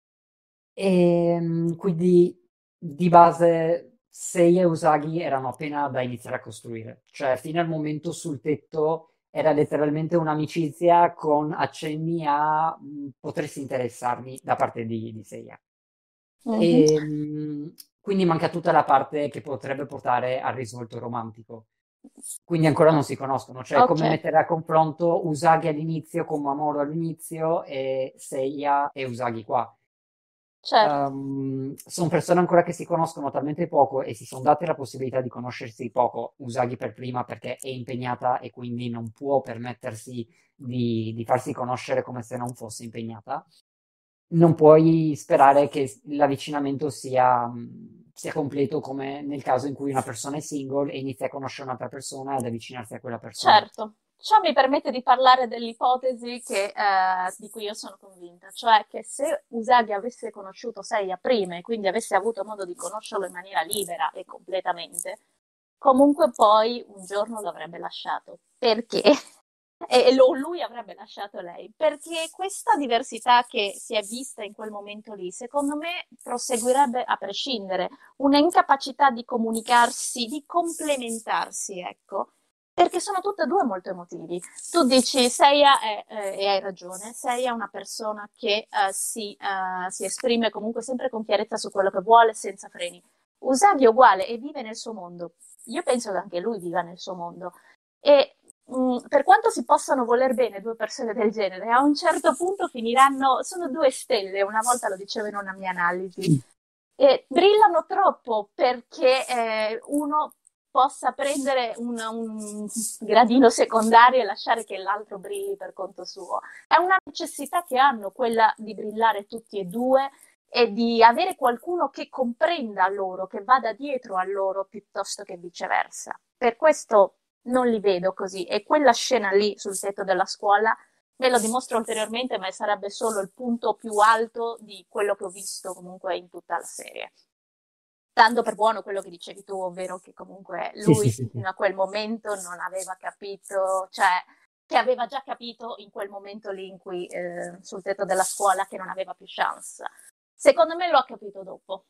E mm, quindi di base Sei e Usagi erano appena da iniziare a costruire, cioè fino al momento sul tetto era letteralmente un'amicizia con accenni a mm, potersi interessarmi da parte di, di Seiya. Mhm. E, mm, Quindi manca tutta la parte che potrebbe portare al risvolto romantico. Quindi ancora non si conoscono, cioè è Ok, come mettere a confronto Usagi all'inizio con Mamoru all'inizio e Seiya e Usagi qua. certo. Sono persone ancora che si conoscono talmente poco e si sono date la possibilità di conoscersi poco, Usagi per prima perché è impegnata e quindi non può permettersi di, di farsi conoscere come se non fosse impegnata. Non puoi sperare che l'avvicinamento sia, mh, sia completo come nel caso in cui una persona è single e inizia a conoscere un'altra persona ed avvicinarsi a quella persona. Certo, ciò mi permette di parlare dell'ipotesi che, eh, di cui io sono convinta, cioè che se Usagi avesse conosciuto Seiya prima e quindi avesse avuto modo di conoscerlo in maniera libera e completamente, comunque poi un giorno l'avrebbe lasciato. Perché? E lo- lui avrebbe lasciato lei, perché questa diversità che si è vista in quel momento lì, secondo me, proseguirebbe a prescindere, una incapacità di comunicarsi, di complementarsi, ecco, perché sono tutte e due molto emotivi. Tu dici, Seiya è, eh, e hai ragione, Seiya è una persona che eh, si, eh, si esprime comunque sempre con chiarezza su quello che vuole, senza freni. Usagi è uguale e vive nel suo mondo. Io penso che anche lui viva nel suo mondo. E mh, per quanto si possano voler bene due persone del genere, a un certo punto finiranno, sono due stelle, una volta lo dicevo in una mia analisi, e brillano troppo perché eh, uno possa prendere un, un gradino secondario e lasciare che l'altro brilli per conto suo. È una necessità che hanno quella di brillare tutti e due e di avere qualcuno che comprenda loro, che vada dietro a loro piuttosto che viceversa. Per questo non li vedo così e quella scena lì sul tetto della scuola me lo dimostra ulteriormente, ma sarebbe solo il punto più alto di quello che ho visto comunque in tutta la serie. Dando per buono quello che dicevi tu, ovvero che comunque Sì, sì, lui sì, sì. fino a quel momento non aveva capito, cioè che aveva già capito in quel momento lì in cui eh, sul tetto della scuola che non aveva più chance. Secondo me lo ha capito dopo.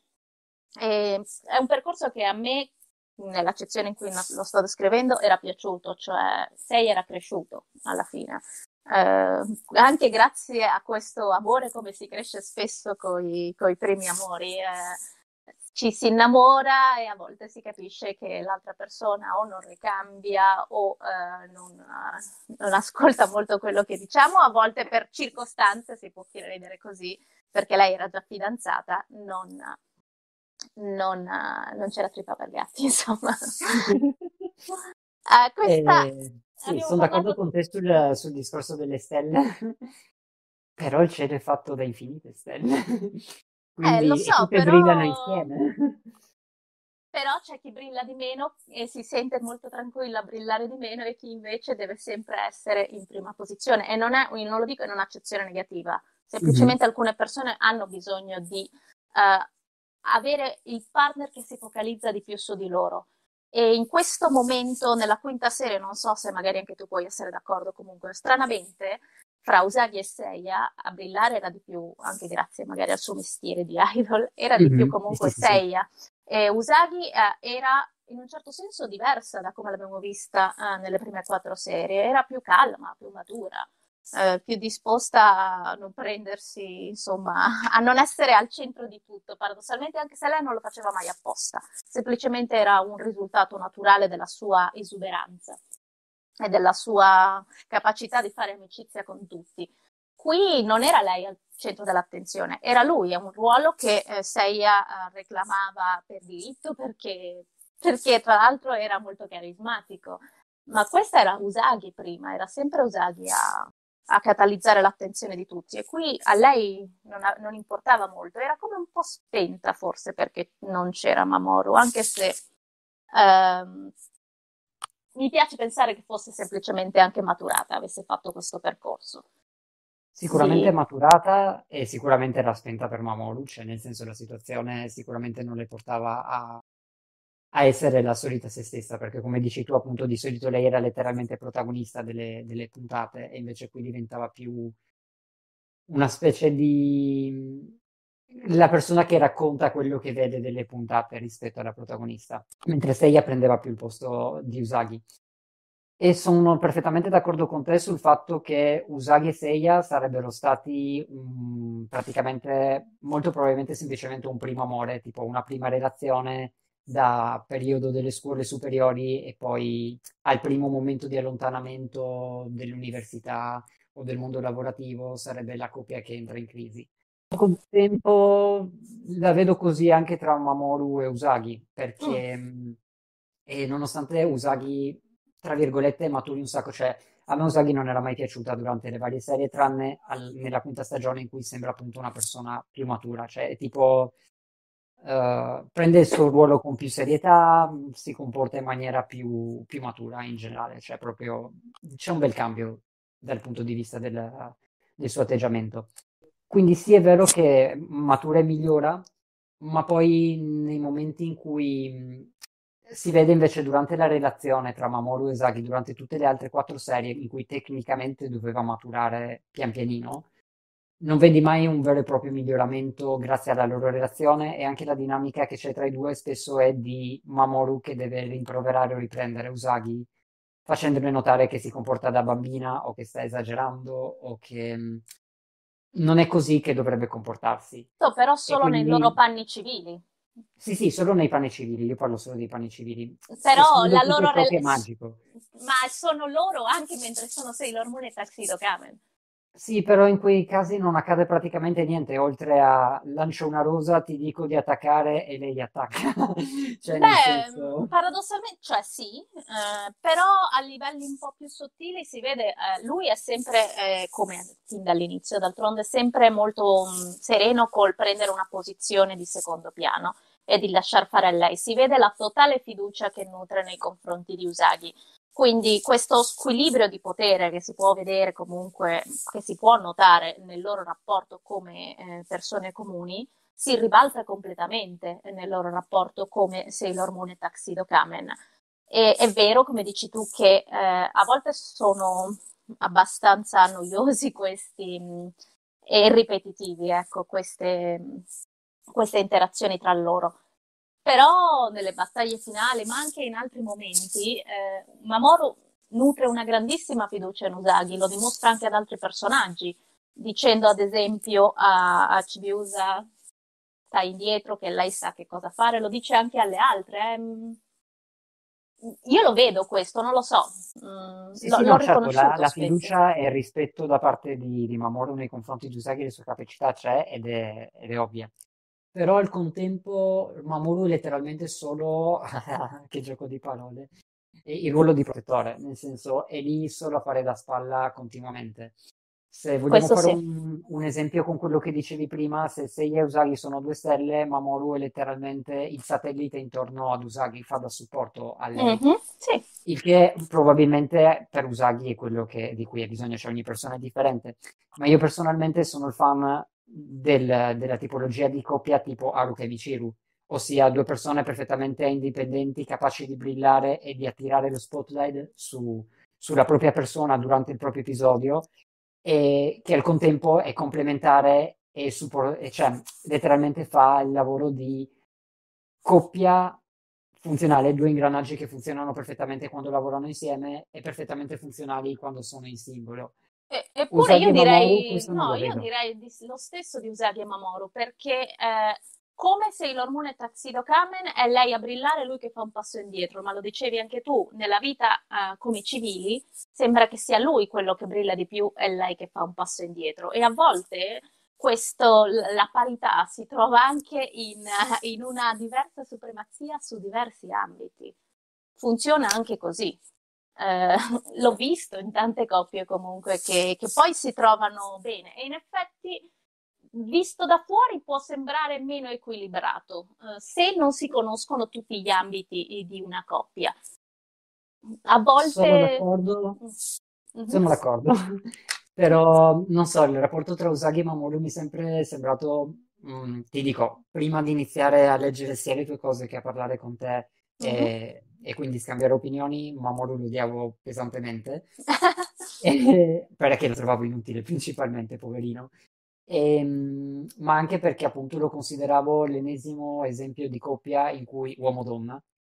E è un percorso che a me, nell'accezione in cui lo sto descrivendo, era piaciuto, cioè sei era cresciuto alla fine. Eh, anche grazie a questo amore, come si cresce spesso con i primi amori, eh, ci si innamora e a volte si capisce che l'altra persona o non ricambia o eh, non, non ascolta molto quello che diciamo, a volte per circostanze si può credere così, perché lei era già fidanzata, non, non, non c'era trippa per gatti, insomma. Eh, questa Eh, sì, abbiamo sono d'accordo parlato. con te sul, sul discorso delle stelle, però il cielo è fatto da infinite stelle, Eh, lo quindi e so, tutte brillano però insieme. Però c'è chi brilla di meno e si sente molto tranquilla a brillare di meno e chi invece deve sempre essere in prima posizione. E non, è, non lo dico in un'accezione negativa, Mhm. semplicemente alcune persone hanno bisogno di eh, avere il partner che si focalizza di più su di loro. E in questo momento, nella quinta serie, non so se magari anche tu puoi essere d'accordo comunque, stranamente, fra Usagi e Seiya a brillare era di più, anche grazie magari al suo mestiere di idol, era di più Mhm. Sì, comunque sì, sì, sì. Seiya. E Usagi eh, era in un certo senso diversa da come l'abbiamo vista eh, nelle prime quattro serie, era più calma, più matura, eh, più disposta a non prendersi, insomma, a non essere al centro di tutto, paradossalmente, anche se lei non lo faceva mai apposta, semplicemente era un risultato naturale della sua esuberanza e della sua capacità di fare amicizia con tutti. Qui non era lei al centro dell'attenzione, era lui, è un ruolo che eh, Seiya eh, reclamava per diritto perché, perché tra l'altro era molto carismatico, ma questa era Usagi prima, era sempre Usagi a, a catalizzare l'attenzione di tutti e qui a lei non, a, non importava molto, era come un po' spenta forse perché non c'era Mamoru, anche se ehm, mi piace pensare che fosse semplicemente anche maturata, avesse fatto questo percorso. Sicuramente è Di... maturata e sicuramente era spenta per Mamoru, cioè nel senso la situazione sicuramente non le portava a, a essere la solita se stessa, perché come dici tu appunto di solito lei era letteralmente protagonista delle, delle puntate e invece qui diventava più una specie di la persona che racconta quello che vede delle puntate rispetto alla protagonista, mentre Seiya prendeva più il posto di Usagi. E sono perfettamente d'accordo con te sul fatto che Usagi e Seiya sarebbero stati mm, praticamente, molto probabilmente semplicemente un primo amore, tipo una prima relazione da periodo delle scuole superiori e poi al primo momento di allontanamento dell'università o del mondo lavorativo sarebbe la coppia che entra in crisi. Col tempo la vedo così anche tra Mamoru e Usagi, Mm. perché mh, e nonostante Usagi, tra virgolette, maturi un sacco, cioè a me Usagi non era mai piaciuta durante le varie serie, tranne al- nella quinta stagione in cui sembra appunto una persona più matura, cioè è tipo eh, prende il suo ruolo con più serietà, mh, si comporta in maniera più, più matura in generale, cioè proprio c'è un bel cambio dal punto di vista del del suo atteggiamento. Quindi sì, è vero che matura e migliora, ma poi nei momenti in cui mh, si vede invece durante la relazione tra Mamoru e Usagi, durante tutte le altre quattro serie in cui tecnicamente doveva maturare pian pianino, non vedi mai un vero e proprio miglioramento grazie alla loro relazione e anche la dinamica che c'è tra i due spesso è di Mamoru che deve rimproverare o riprendere Usagi, facendole notare che si comporta da bambina o che sta esagerando o che mh, non è così che dovrebbe comportarsi. Questo però E solo nei loro quindi, panni civili. sì, sì, solo nei panni civili, io parlo solo dei panni civili, Però escludo la tutto loro ciò rel- che è magico. ma sono loro anche mentre sono Sailor Moon e Tuxedo Kamen. Sì, però in quei casi non accade praticamente niente, oltre a lancio una rosa, ti dico di attaccare e lei attacca. Cioè, nel Beh, senso, paradossalmente, cioè sì, eh, però a livelli un po' più sottili si vede, eh, lui è sempre, eh, come fin dall'inizio, d'altronde, sempre molto mh, sereno col prendere una posizione di secondo piano e di lasciar fare a lei. Si vede la totale fiducia che nutre nei confronti di Usagi. Quindi questo squilibrio di potere che si può vedere comunque, che si può notare nel loro rapporto come eh, persone comuni, si ribalta completamente nel loro rapporto come Sailor Moon e Tuxedo Kamen. E, è vero, come dici tu, che eh, a volte sono abbastanza noiosi questi mh, e ripetitivi, ecco, queste, queste interazioni tra loro. Però nelle battaglie finali, ma anche in altri momenti, eh, Mamoru nutre una grandissima fiducia in Usagi, lo dimostra anche ad altri personaggi, dicendo ad esempio a, a Chibiusa stai indietro, che lei sa che cosa fare, lo dice anche alle altre. eh. Mm, Io lo vedo questo, non lo so, mm, sì, l'ho, sì, l'ho no, certo, la, riconosciuto la spesso. fiducia e il rispetto da parte di, di Mamoru nei confronti di Usagi e le sue capacità c'è ed è, ed è ovvia. Però al contempo Mamoru è letteralmente solo, che gioco di parole, e il ruolo di protettore, nel senso è lì solo a fare da spalla continuamente. Se vogliamo Questo fare sì. un, un esempio con quello che dicevi prima, se Seiya e Usagi sono due stelle, Mamoru è letteralmente il satellite intorno ad Usagi, fa da supporto a lei. Mhm, sì. Il che probabilmente per Usagi è quello che- di cui ha bisogno, cioè ogni persona è differente. Ma io personalmente sono il fan del- della tipologia di coppia tipo Haruka e Michiru, ossia due persone perfettamente indipendenti, capaci di brillare e di attirare lo spotlight su- sulla propria persona durante il proprio episodio, e che al contempo è complementare e, suppor- e cioè letteralmente fa il lavoro di coppia funzionale, due ingranaggi che funzionano perfettamente quando lavorano insieme e perfettamente funzionali quando sono in singolo. E- eppure Usagi io e Mamoru direi, questo non no, lo io vedo. direi di- lo stesso di Usagi e Mamoru, perché eh, come Sailor Moon e Tuxedo Kamen è lei a brillare e lui che fa un passo indietro, ma lo dicevi anche tu, nella vita eh, come i civili sembra che sia lui quello che brilla di più e lei che fa un passo indietro. E a volte questo, l- la parità si trova anche in, in una diversa supremazia su diversi ambiti. Funziona anche così. Eh, l'ho visto in tante coppie comunque che, che poi si trovano bene e in effetti visto da fuori può sembrare meno equilibrato eh, se non si conoscono tutti gli ambiti di una coppia. A Sono volte... d'accordo, Mhm. sono d'accordo, però non so, il rapporto tra Usagi e Mamoru mi è sempre sembrato, mm, ti dico, prima di iniziare a leggere sia le tue cose che a parlare con te Mhm. e, e quindi scambiare opinioni, Mamoru lo odiavo pesantemente, e- perché lo trovavo inutile principalmente, poverino. Ehm, ma anche perché appunto lo consideravo l'ennesimo esempio di coppia in cui uomo-donna,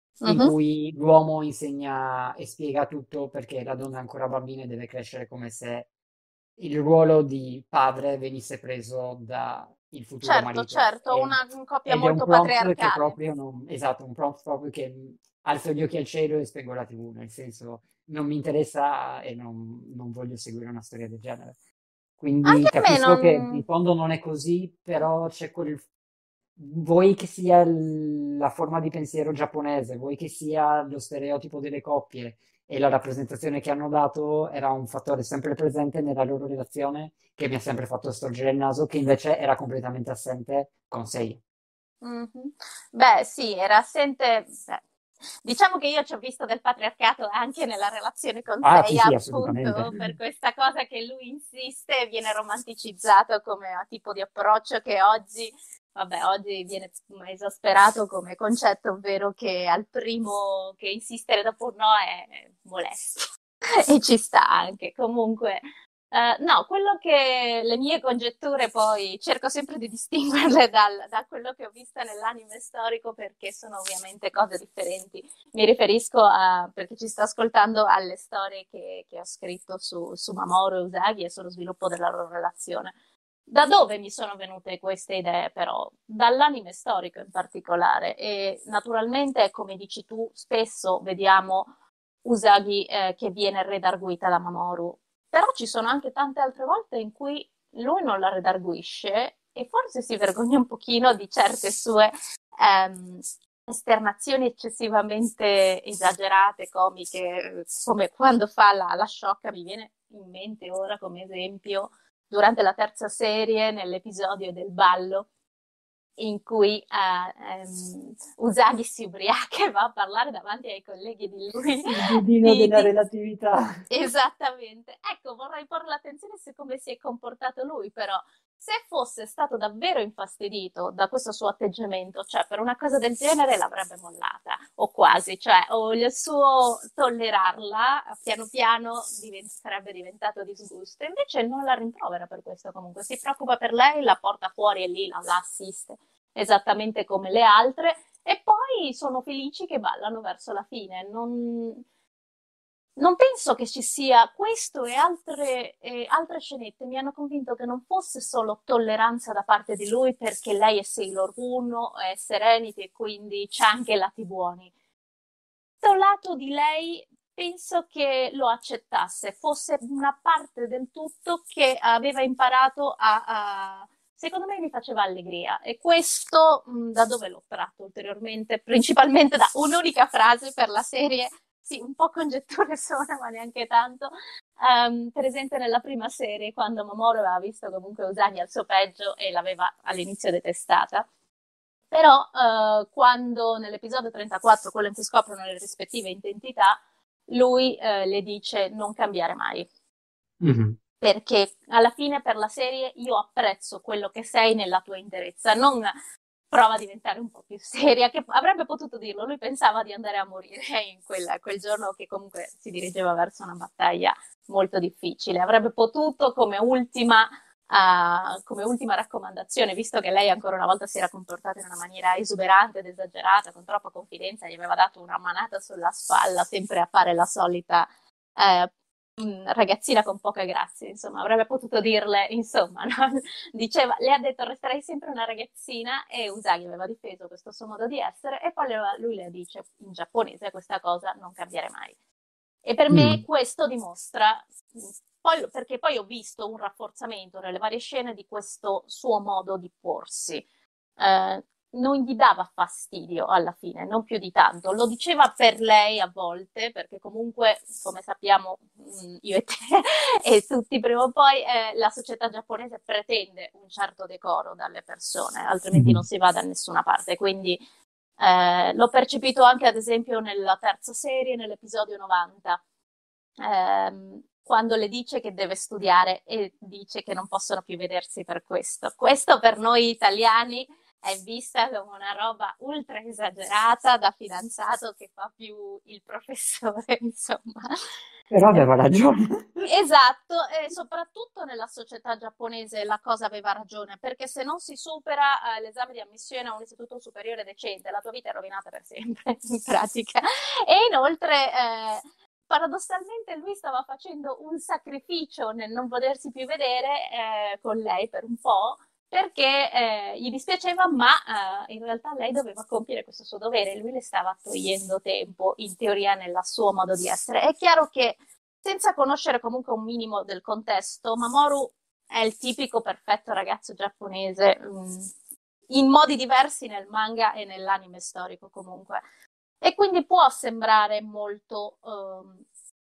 in Mhm. cui l'uomo insegna e spiega tutto perché la donna è ancora bambina e deve crescere come se il ruolo di padre venisse preso dal futuro Certo, marito. certo, E- una coppia ed è un molto prompt che patriarcale. proprio non, esatto, un prompt proprio che mh, alzo gli occhi al cielo e spengo la T V, nel senso non mi interessa e non, non voglio seguire una storia del genere. Quindi Anche a me capisco che di non... fondo non è così, però c'è quel... Vuoi che sia l- la forma di pensiero giapponese, vuoi che sia lo stereotipo delle coppie e la rappresentazione che hanno dato era un fattore sempre presente nella loro relazione che mi ha sempre fatto storgere il naso, che invece era completamente assente con Sei. Mhm. Beh, sì, era assente. Beh, diciamo che io ci ho visto del patriarcato anche nella relazione con Ah, sì, Seiya, sì, assolutamente. appunto per questa cosa che lui insiste e viene romanticizzato come a tipo di approccio che oggi, vabbè, oggi viene esasperato come concetto, ovvero che al primo che insistere dopo un no è molesto. E ci sta anche. Comunque, eh, no, quello che le mie congetture poi cerco sempre di distinguerle dal- da quello che ho visto nell'anime storico perché sono ovviamente cose differenti. Mi riferisco a, perché ci sto ascoltando, alle storie che, che ho scritto su, su Mamoru e Usagi e sullo sviluppo della loro relazione. Da dove mi sono venute queste idee, però? Dall'anime storico in particolare. E naturalmente, come dici tu, spesso vediamo Usagi eh, che viene redarguita da Mamoru, però ci sono anche tante altre volte in cui lui non la redarguisce e forse si vergogna un pochino di certe sue ehm, esternazioni eccessivamente esagerate, comiche, come quando fa la, la sciocca, mi viene in mente ora come esempio, durante la terza serie, nell'episodio del ballo, in cui eh, ehm, Usagi si ubriaca e va a parlare davanti ai colleghi di lui Il budino di, della di- relatività. Esattamente. Ecco, vorrei porre l'attenzione su come si è comportato lui, però se fosse stato davvero infastidito da questo suo atteggiamento, cioè per una cosa del genere l'avrebbe mollata, o quasi, cioè o il suo tollerarla piano piano diven- sarebbe diventato disgusto. Invece non la rimprovera per questo comunque, si preoccupa per lei, la porta fuori e lì la, la assiste, esattamente come le altre, e poi sono felici che ballano verso la fine. Non, non penso che ci sia questo e altre, e altre scenette mi hanno convinto che non fosse solo tolleranza da parte di lui perché lei è Sailor uno, è Serenity e quindi c'è anche lati buoni. Da un lato di lei penso che lo accettasse, fosse una parte del tutto che aveva imparato a, a- secondo me mi faceva allegria e questo mh, da dove l'ho tratto ulteriormente? Principalmente da un'unica frase per la serie, sì, un po' congetture sono, ma neanche tanto, ehm, presente nella prima serie quando Mamoru aveva visto comunque Usagi al suo peggio e l'aveva all'inizio detestata. Però eh, quando nell'episodio trentaquattro, quello in cui scoprono le rispettive identità, lui eh, le dice non cambiare mai, Mhm. perché alla fine per la serie io apprezzo quello che sei nella tua interezza, non prova a diventare un po' più seria, che avrebbe potuto dirlo, lui pensava di andare a morire in quella, quel giorno che comunque si dirigeva verso una battaglia molto difficile, avrebbe potuto come ultima uh, come ultima raccomandazione, visto che lei ancora una volta si era comportata in una maniera esuberante ed esagerata, con troppa confidenza, gli aveva dato una manata sulla spalla, sempre a fare la solita eh, ragazzina con poca grazia, insomma, avrebbe potuto dirle, insomma, no? Diceva, le ha detto resterei sempre una ragazzina e Usagi aveva difeso questo suo modo di essere e poi lui le dice in giapponese questa cosa non cambiare mai. E per me Mm. questo dimostra, poi, perché poi ho visto un rafforzamento nelle varie scene di questo suo modo di porsi. Eh, non gli dava fastidio alla fine, non più di tanto. Lo diceva per lei a volte, perché comunque, come sappiamo, io e te e tutti prima o poi, eh, la società giapponese pretende un certo decoro dalle persone, altrimenti non Mhm. si va da nessuna parte. Quindi eh, l'ho percepito anche, ad esempio, nella terza serie, nell'episodio novanta, ehm, quando le dice che deve studiare e dice che non possono più vedersi per questo. Questo per noi italiani è vista come una roba ultra esagerata da fidanzato che fa più il professore, insomma. Però E- aveva ragione. Esatto, e soprattutto nella società giapponese la cosa aveva ragione, perché se non si supera eh, l'esame di ammissione a un istituto superiore decente, la tua vita è rovinata per sempre, in pratica. E inoltre, eh, paradossalmente, lui stava facendo un sacrificio nel non potersi più vedere eh, con lei per un po', perché eh, gli dispiaceva, ma eh, in realtà lei doveva compiere questo suo dovere e lui le stava togliendo tempo, in teoria, nel suo modo di essere. È chiaro che senza conoscere comunque un minimo del contesto, Mamoru è il tipico perfetto ragazzo giapponese, mh, in modi diversi nel manga e nell'anime storico comunque. E quindi può sembrare molto um,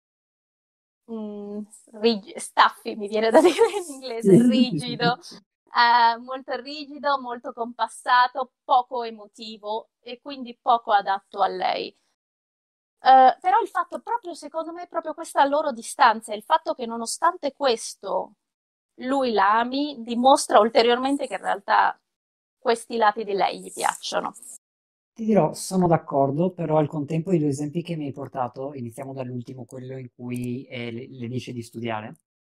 mm, rig- stuffy, mi viene da dire in inglese, rigido, eh, molto rigido, molto compassato, poco emotivo e quindi poco adatto a lei. Eh, però il fatto proprio, secondo me, proprio questa loro distanza, il fatto che nonostante questo lui la ami, dimostra ulteriormente che in realtà questi lati di lei gli piacciono. Ti dirò, sono d'accordo, però al contempo i due esempi che mi hai portato, iniziamo dall'ultimo, quello in cui eh, le, le dice di studiare.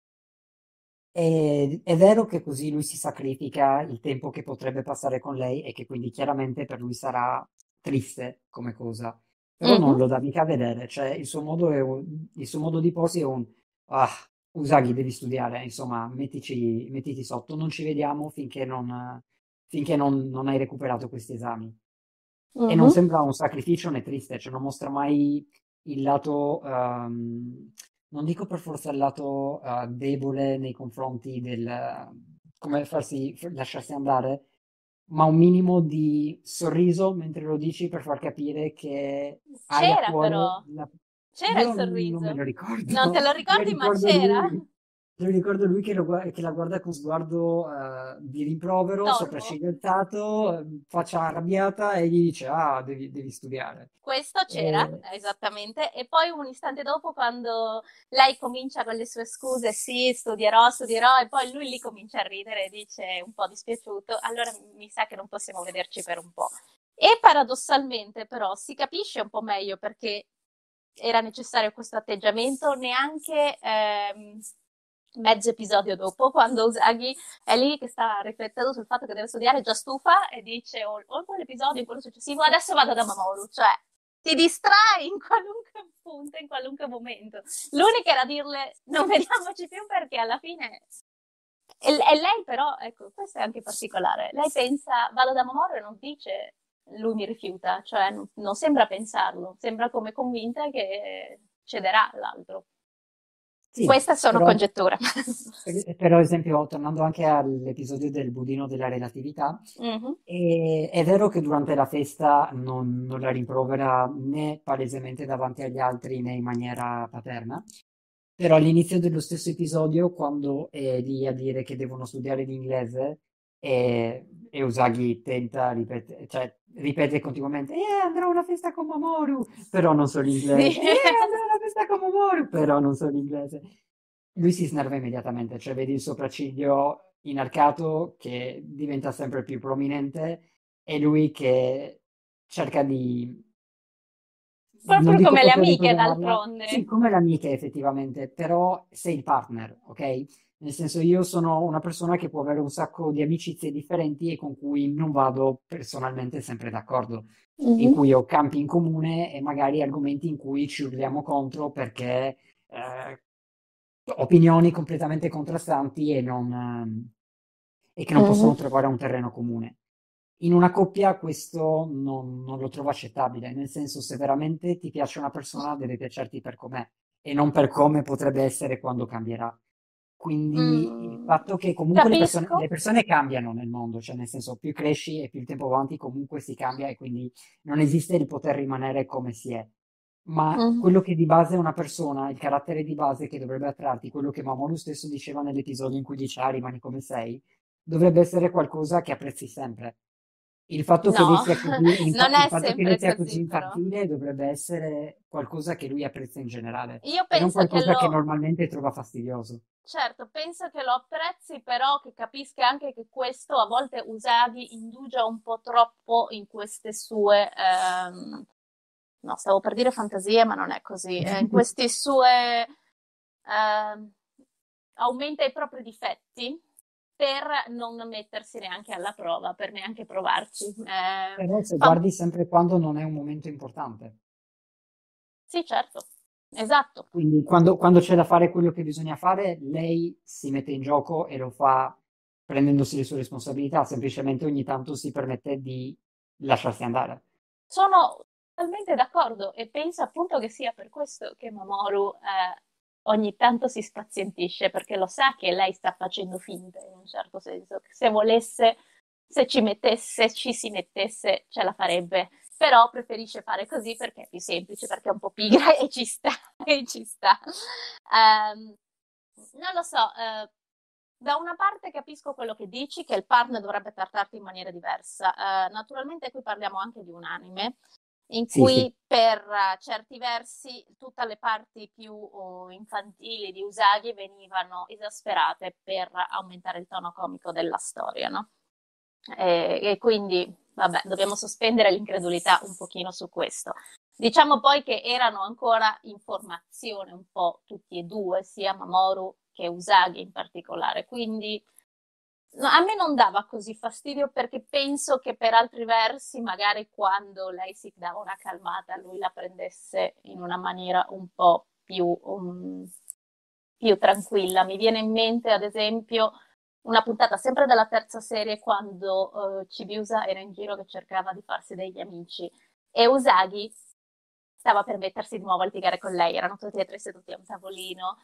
E- è vero che così lui si sacrifica il tempo che potrebbe passare con lei e che quindi chiaramente per lui sarà triste come cosa, però non Mhm. lo dà mica a vedere, cioè il suo modo, è un- il suo modo di porsi è un ah, Usagi, devi studiare, insomma, mettici, mettiti sotto, non ci vediamo finché non, finché non non hai recuperato questi esami. E non Mhm. sembra un sacrificio né triste, cioè non mostra mai il lato, ehm, non dico per forza il lato eh, debole nei confronti del, come farsi, f- lasciarsi andare, ma un minimo di sorriso mentre lo dici per far capire che hai a C'era cuore però, la... c'era il Io non me lo sorriso. ricordo, Non te lo io ricordi, ma ricordo c'era. lui, io ricordo lui che, lo gua- che la guarda con sguardo eh, di rimprovero, Torvo. sopracciglio alzato, eh, faccia arrabbiata e gli dice: Ah, devi, devi studiare. Questo c'era, E- esattamente, e poi un istante dopo quando lei comincia con le sue scuse, sì, studierò, studierò, e poi lui lì comincia a ridere e dice un po' dispiaciuto, allora mi sa che non possiamo vederci per un po'. E paradossalmente però si capisce un po' meglio perché era necessario questo atteggiamento neanche ehm, mezzo episodio dopo, quando Usagi è lì che sta riflettendo sul fatto che deve studiare, già stufa e dice o, o in quell'episodio o in quello successivo, adesso vado da Mamoru, cioè ti distrai in qualunque punto, in qualunque momento. L'unica era dirle non vediamoci più perché alla fine... E, e lei però, ecco, questo è anche particolare, lei pensa vado da Mamoru e non dice lui mi rifiuta, cioè non, non sembra pensarlo, sembra come convinta che cederà all'altro. sì, Queste sono però, congetture. per però, ad esempio, tornando anche all'episodio del budino della relatività, Mhm. e- è vero che durante la festa non, non la rimprovera né palesemente davanti agli altri né in maniera paterna, però all'inizio dello stesso episodio, quando è lì a dire che devono studiare l'inglese, e, e Usagi tenta, ripete, cioè, ripete continuamente, eh, andrò a una festa con Mamoru, però non so Sì. l'inglese, eh, andrò a una festa con Mamoru, però non so l'inglese. Lui si snerva immediatamente, cioè vedi il sopracciglio inarcato che diventa sempre più prominente e lui che cerca di, non Proprio dico come le proprio amiche, rimproverarla, sì, d'altronde. come l'amica effettivamente, però sei il partner, ok? Nel senso io sono una persona che può avere un sacco di amicizie differenti e con cui non vado personalmente sempre d'accordo, in Mhm. cui ho campi in comune e magari argomenti in cui ci urliamo contro perché eh, opinioni completamente contrastanti e, non, ehm, e che non possono Mhm. trovare un terreno comune. In una coppia questo non, non lo trovo accettabile, nel senso se veramente ti piace una persona deve piacerti per com'è e non per come potrebbe essere quando cambierà. Quindi il Mm, fatto che comunque le persone, le capisco. persone cambiano nel mondo, cioè nel senso più cresci e più il tempo avanti comunque si cambia e quindi non esiste il poter rimanere come si è. Ma Mhm. quello che di base è una persona, il carattere di base che dovrebbe attrarti, quello che Mamoru stesso diceva nell'episodio in cui dice ah, rimani come sei, dovrebbe essere qualcosa che apprezzi sempre. Il fatto che lei No, sia così, infa- non il è fatto che lei sempre sia così così, però. infantile dovrebbe essere qualcosa che lui apprezza in generale Io e non penso che qualcosa che lo, normalmente trova fastidioso. certo, penso che lo apprezzi, però che capisca anche che questo a volte Usagi indugia un po' troppo in queste sue, ehm, no, stavo per dire fantasie, ma non è così. Eh, in questi sue eh, aumenta i propri difetti per non mettersi neanche alla prova, per neanche provarci. Eh, Però se fa- guardi sempre quando non è un momento importante. Sì, certo, esatto. Quindi quando, quando c'è da fare quello che bisogna fare, lei si mette in gioco e lo fa prendendosi le sue responsabilità, semplicemente ogni tanto si permette di lasciarsi andare. Sono totalmente d'accordo e penso appunto che sia per questo che Mamoru eh, ogni tanto si spazientisce, perché lo sa che lei sta facendo finta in un certo senso, che se volesse, se ci mettesse, ci si mettesse, ce la farebbe, però preferisce fare così perché è più semplice, perché è un po' pigra e ci sta, e ci sta. Ehm, non lo so, eh, da una parte capisco quello che dici, che il partner dovrebbe trattarti in maniera diversa. Eh, naturalmente qui parliamo anche di un anime in Sì, sì. cui per eh, certi versi tutte le parti più oh, infantili di Usagi venivano esasperate per aumentare il tono comico della storia, no? E, e quindi, vabbè, dobbiamo sospendere l'incredulità un pochino su questo. Diciamo poi che erano ancora in formazione un po' tutti e due, sia Mamoru che Usagi in particolare, quindi no, a me non dava così fastidio perché penso che per altri versi, magari quando lei si dava una calmata, lui la prendesse in una maniera un po' più, um, più tranquilla. Mi viene in mente, ad esempio, una puntata sempre della terza serie quando uh, Chibiusa era in giro che cercava di farsi degli amici e Usagi stava per mettersi di nuovo a litigare con lei, erano tutti e tre seduti a un tavolino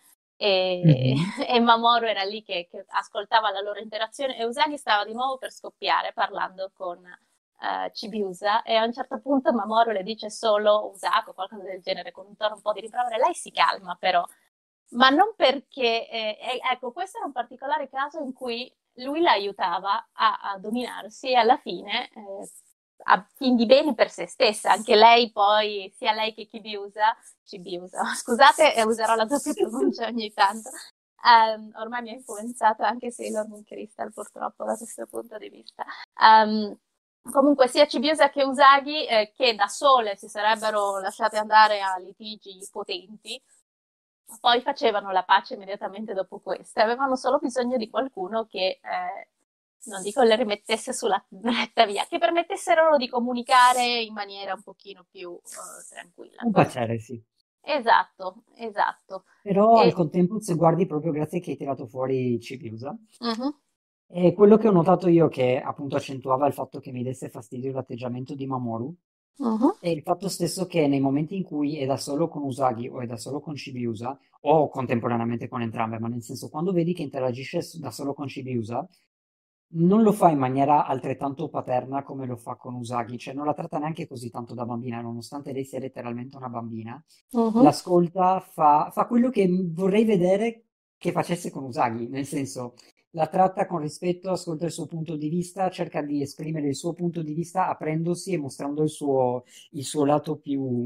e, Mhm. e Mamoru era lì che, che ascoltava la loro interazione e Usagi stava di nuovo per scoppiare parlando con uh, Chibiusa e a un certo punto Mamoru le dice solo Usako, qualcosa del genere, con un tono un po' di rimprovero, lei si calma però, ma non perché, eh, ecco, questo era un particolare caso in cui lui la aiutava a, a dominarsi e alla fine eh, a fin di bene per se stessa, anche lei poi, sia lei che Chibiusa, Chibiusa, scusate, eh, userò la doppia pronuncia ogni tanto, um, ormai mi ha influenzato anche Sailor Moon Crystal purtroppo da questo punto di vista. Um, comunque sia Chibiusa che Usagi, eh, che da sole si sarebbero lasciate andare a litigi potenti, poi facevano la pace immediatamente dopo questo, avevano solo bisogno di qualcuno che, eh, non dico le rimettesse sulla retta via, che permettesse loro di comunicare in maniera un pochino più eh, tranquilla. Un Così. piacere, sì. Esatto, esatto. Però al E, contempo, se guardi proprio grazie che hai tirato fuori Cibiusa, mhm, e quello che ho notato io che appunto accentuava il fatto che mi desse fastidio l'atteggiamento di Mamoru, mhm, è il fatto stesso che nei momenti in cui è da solo con Usagi o è da solo con Chibiusa, o contemporaneamente con entrambe, ma nel senso quando vedi che interagisce s- da solo con Chibiusa, non lo fa in maniera altrettanto paterna come lo fa con Usagi, cioè non la tratta neanche così tanto da bambina, nonostante lei sia letteralmente una bambina. mhm. L'ascolta, fa, fa quello che vorrei vedere che facesse con Usagi, nel senso la tratta con rispetto, ascolta il suo punto di vista, cerca di esprimere il suo punto di vista aprendosi e mostrando il suo, il suo lato più,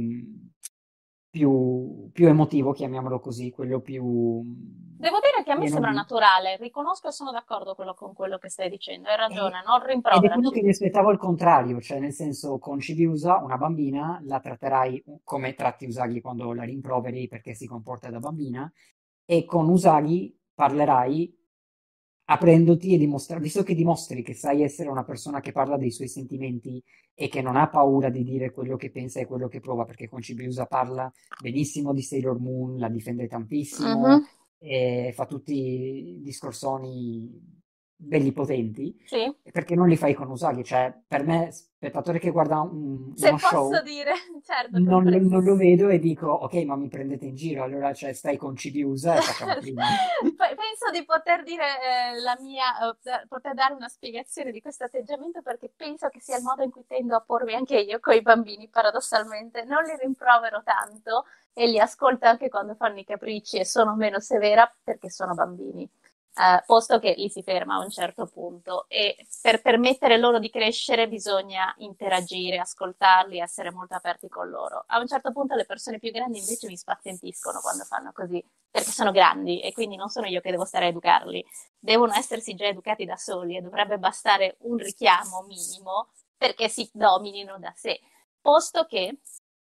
più, più emotivo, chiamiamolo così, quello più Devo dire che a me pieno sembra di... naturale, riconosco e sono d'accordo quello- con quello che stai dicendo, hai E- ragione, non ed è quello che rimproveraci. mi aspettavo al contrario, cioè nel senso con Cibiusa, una bambina, la tratterai come tratti Usagi quando la rimproveri perché si comporta da bambina, e con Usagi parlerai aprendoti e dimostrare, visto che dimostri che sai essere una persona che parla dei suoi sentimenti e che non ha paura di dire quello che pensa e quello che prova, perché con Cibiusa parla benissimo di Sailor Moon, la difende tantissimo, Mhm, e fa tutti i discorsoni belli potenti, sì. e perché non li fai con Usagi? Cioè, per me, spettatore che guarda un- uno Se posso show, dire, certo, non lo, comprendo. non lo vedo e dico, ok, ma mi prendete in giro, allora cioè, stai con Cibiusa e facciamo prima. Poi penso di poter dire eh, la mia, eh, poter dare una spiegazione di questo atteggiamento perché penso che sia il modo in cui tendo a pormi anche io con i bambini, paradossalmente. Non li rimprovero tanto e li ascolto anche quando fanno i capricci e sono meno severa perché sono bambini. Eh, posto che li si ferma a un certo punto e per permettere loro di crescere bisogna interagire, ascoltarli, essere molto aperti con loro. A un certo punto le persone più grandi invece mi spazientiscono quando fanno così, perché sono grandi e quindi non sono io che devo stare a educarli, devono essersi già educati da soli e dovrebbe bastare un richiamo minimo perché si dominino da sé. Posto che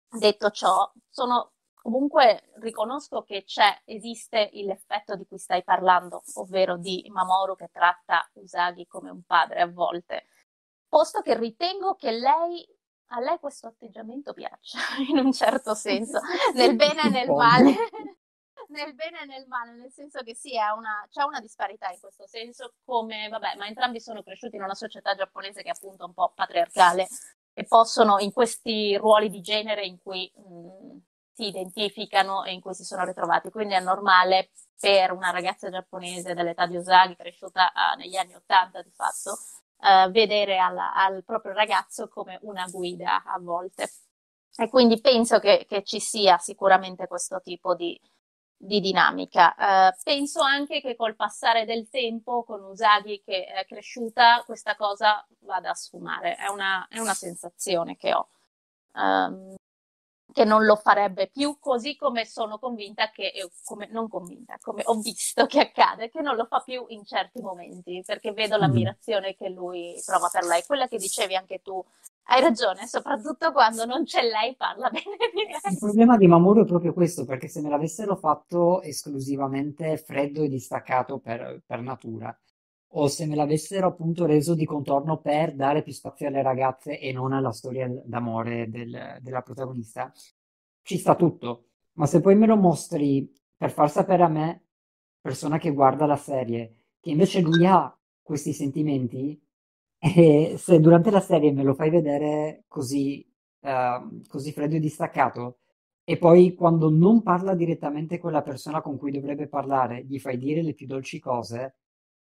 Detto ciò, sono comunque riconosco che c'è, esiste l'effetto di cui stai parlando, ovvero di Mamoru che tratta Usagi come un padre a volte, posto che ritengo che lei, a lei questo atteggiamento piaccia, in un certo senso, nel bene e nel male. Suppongo. Nel bene e nel male, nel senso che sì, è una, c'è una disparità in questo senso, come, vabbè, ma entrambi sono cresciuti in una società giapponese che è appunto un po' patriarcale e possono, in questi ruoli di genere in cui mh, si identificano e in cui si sono ritrovati, quindi è normale per una ragazza giapponese dell'età di Usagi, cresciuta uh, negli anni Ottanta di fatto, uh, vedere alla, al proprio ragazzo come una guida a volte. E quindi penso che, che ci sia sicuramente questo tipo di, di dinamica. Uh, penso anche che col passare del tempo, con Usagi che è cresciuta, questa cosa vada a sfumare. È una, è una sensazione che ho. Um, che non lo farebbe più, così come sono convinta che, come, non convinta, come ho visto che accade, che non lo fa più in certi momenti, perché vedo Mhm. l'ammirazione che lui prova per lei. Quella che dicevi anche tu, hai ragione, soprattutto quando non c'è lei, parla bene di Il lei. problema di Mamoru è proprio questo, perché se me l'avessero fatto esclusivamente freddo e distaccato per, per natura, o se me l'avessero appunto reso di contorno per dare più spazio alle ragazze e non alla storia d'amore del- della protagonista, ci sta tutto. Ma se poi me lo mostri per far sapere a me, persona che guarda la serie, che invece lui ha questi sentimenti, e se durante la serie me lo fai vedere così, eh, così freddo e distaccato, e poi quando non parla direttamente con la persona con cui dovrebbe parlare, gli fai dire le più dolci cose,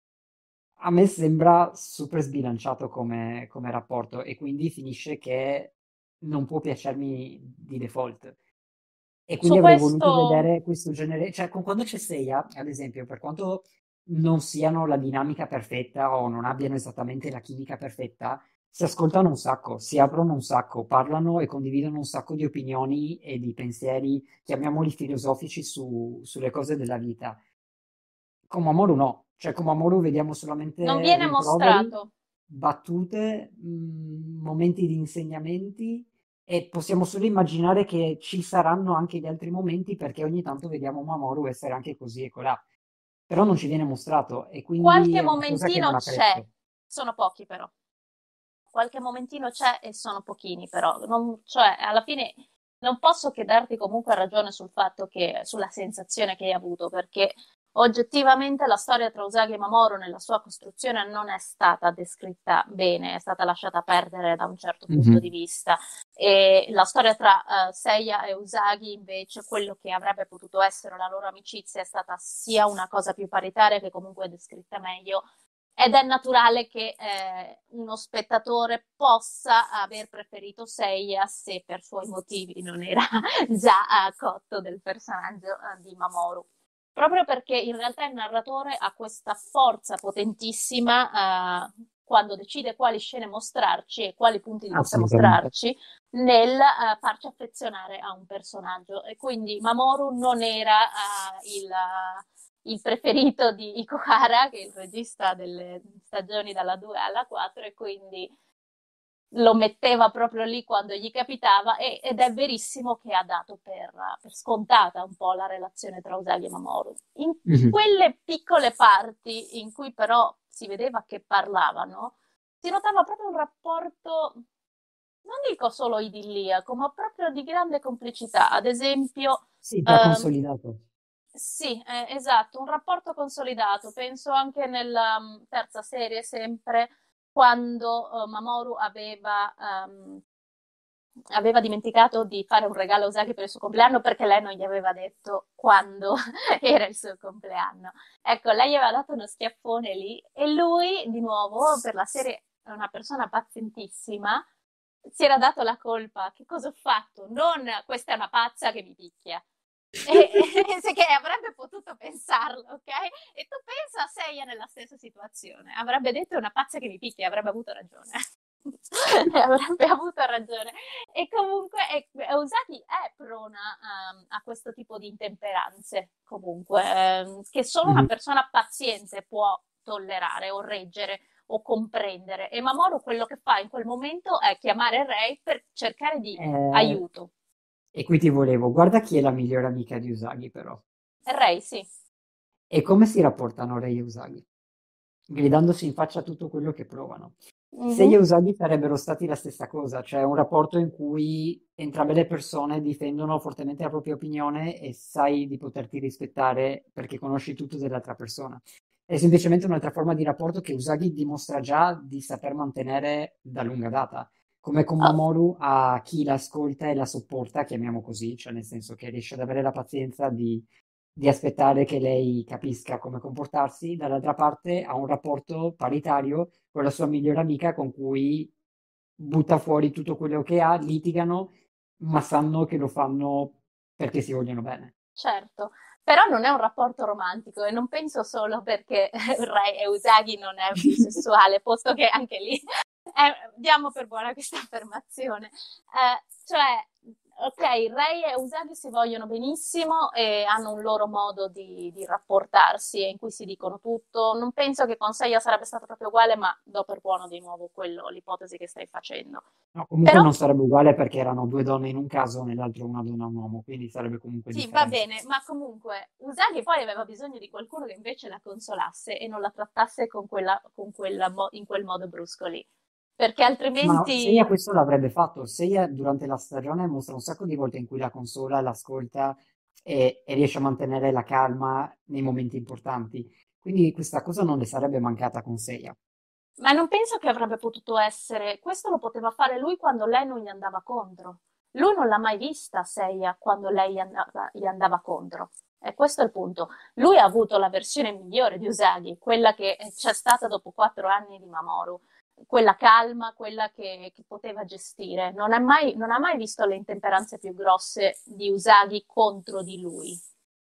a me sembra super sbilanciato come, come rapporto e quindi finisce che non può piacermi di default. E quindi Su avrei voluto questo vedere questo genere, cioè con quando c'è Seiya, ad esempio, per quanto non siano la dinamica perfetta o non abbiano esattamente la chimica perfetta, si ascoltano un sacco, si aprono un sacco, parlano e condividono un sacco di opinioni e di pensieri, chiamiamoli filosofici, su- sulle cose della vita. Con Mamoru no, cioè con Mamoru vediamo non solamente viene rimproveri, mostrato. battute, mh, momenti di insegnamenti e possiamo solo immaginare che ci saranno anche gli altri momenti perché ogni tanto vediamo Mamoru essere anche così e colà. Però non ci viene mostrato e quindi Qualche è una cosa che non momentino c'è, apprezzo. sono pochi però. Qualche momentino c'è e sono pochini però, non, cioè alla fine non posso che darti comunque ragione sul fatto che, sulla sensazione che hai avuto, perché oggettivamente la storia tra Usagi e Mamoru nella sua costruzione non è stata descritta bene, è stata lasciata perdere da un certo punto di Mhm. vista. E la storia tra uh, Seiya e Usagi, invece, quello che avrebbe potuto essere la loro amicizia è stata sia una cosa più paritaria che comunque è descritta meglio ed è naturale che eh, uno spettatore possa aver preferito Seiya se per suoi motivi non era già eh, cotto del personaggio eh, di Mamoru. Proprio perché in realtà il narratore ha questa forza potentissima eh, quando decide quali scene mostrarci e quali punti di vista Assolutamente. mostrarci nel eh, farci affezionare a un personaggio. E quindi Mamoru non era eh, il il preferito di Ikuhara, che è il regista delle stagioni dalla due alla quattro, e quindi lo metteva proprio lì quando gli capitava, e, ed è verissimo che ha dato per, per scontata un po' la relazione tra Usagi e Mamoru. In Mhm. quelle piccole parti in cui però si vedeva che parlavano, si notava proprio un rapporto, non dico solo idilliaco, ma proprio di grande complicità. Ad esempio, Sì, già ehm, consolidato. sì, eh, esatto, un rapporto consolidato. Penso anche nella mm, terza serie, sempre quando eh, Mamoru aveva, ehm, aveva dimenticato di fare un regalo a Usagi per il suo compleanno perché lei non gli aveva detto quando era il suo compleanno. Ecco, lei gli aveva dato uno schiaffone lì e lui, di nuovo, per la serie è una persona pazientissima, si era dato la colpa. Che cosa ho fatto? Non questa è una pazza che mi picchia. E, e che avrebbe potuto pensarlo, ok? E tu pensa a Seiya nella stessa situazione. Avrebbe detto è una pazza che mi picchia, avrebbe avuto ragione. avrebbe avuto ragione. E comunque e, Usagi è prona um, a questo tipo di intemperanze, comunque, ehm, che solo una Mhm. persona paziente può tollerare o reggere o comprendere. E Mamoru quello che fa in quel momento è chiamare Rei per cercare di Eh, aiuto. E qui ti volevo, guarda chi è la migliore amica di Usagi però. Rei, sì. E come si rapportano Rei e Usagi? Gridandosi in faccia tutto quello che provano. Sei Mhm. e Usagi sarebbero stati la stessa cosa, cioè un rapporto in cui entrambe le persone difendono fortemente la propria opinione e sai di poterti rispettare perché conosci tutto dell'altra persona. È semplicemente un'altra forma di rapporto che Usagi dimostra già di saper mantenere da lunga data. Come con Oh, Mamoru ha chi l'ascolta e la sopporta, chiamiamo così, cioè nel senso che riesce ad avere la pazienza di di aspettare che lei capisca come comportarsi, dall'altra parte ha un rapporto paritario con la sua migliore amica con cui butta fuori tutto quello che ha, litigano, ma sanno che lo fanno perché si vogliono bene. certo, però non è un rapporto romantico e non penso solo perché Rei e Usagi non è bisessuale, posto che anche lì eh, diamo per buona questa affermazione. Eh, cioè, ok, Rei e Usagi si vogliono benissimo e hanno un loro modo di, di rapportarsi in cui si dicono tutto. Non penso che con Seiya sarebbe stato proprio uguale, ma do per buono di nuovo quello, l'ipotesi che stai facendo. No, comunque Però non sarebbe uguale perché erano due donne in un caso, nell'altro una donna e un uomo, quindi sarebbe comunque sì, va differente. bene, ma comunque Usagi poi aveva bisogno di qualcuno che invece la consolasse e non la trattasse con quella, con quella mo- in quel modo brusco lì, perché Ma no, Seiya altrimenti, questo l'avrebbe fatto. Seiya durante la stagione mostra un sacco di volte in cui la consola, l'ascolta e, e riesce a mantenere la calma nei momenti importanti. Quindi questa cosa non le sarebbe mancata con Seiya. ma non penso che avrebbe potuto essere, questo lo poteva fare lui quando lei non gli andava contro. Lui non l'ha mai vista Seiya quando lei gli andava, gli andava contro. E questo è il punto. Lui ha avuto la versione migliore di Usagi, quella che c'è stata dopo quattro anni di Mamoru, quella calma, quella che, che poteva gestire. Non, è mai, non ha mai visto le intemperanze più grosse di Usagi contro di lui,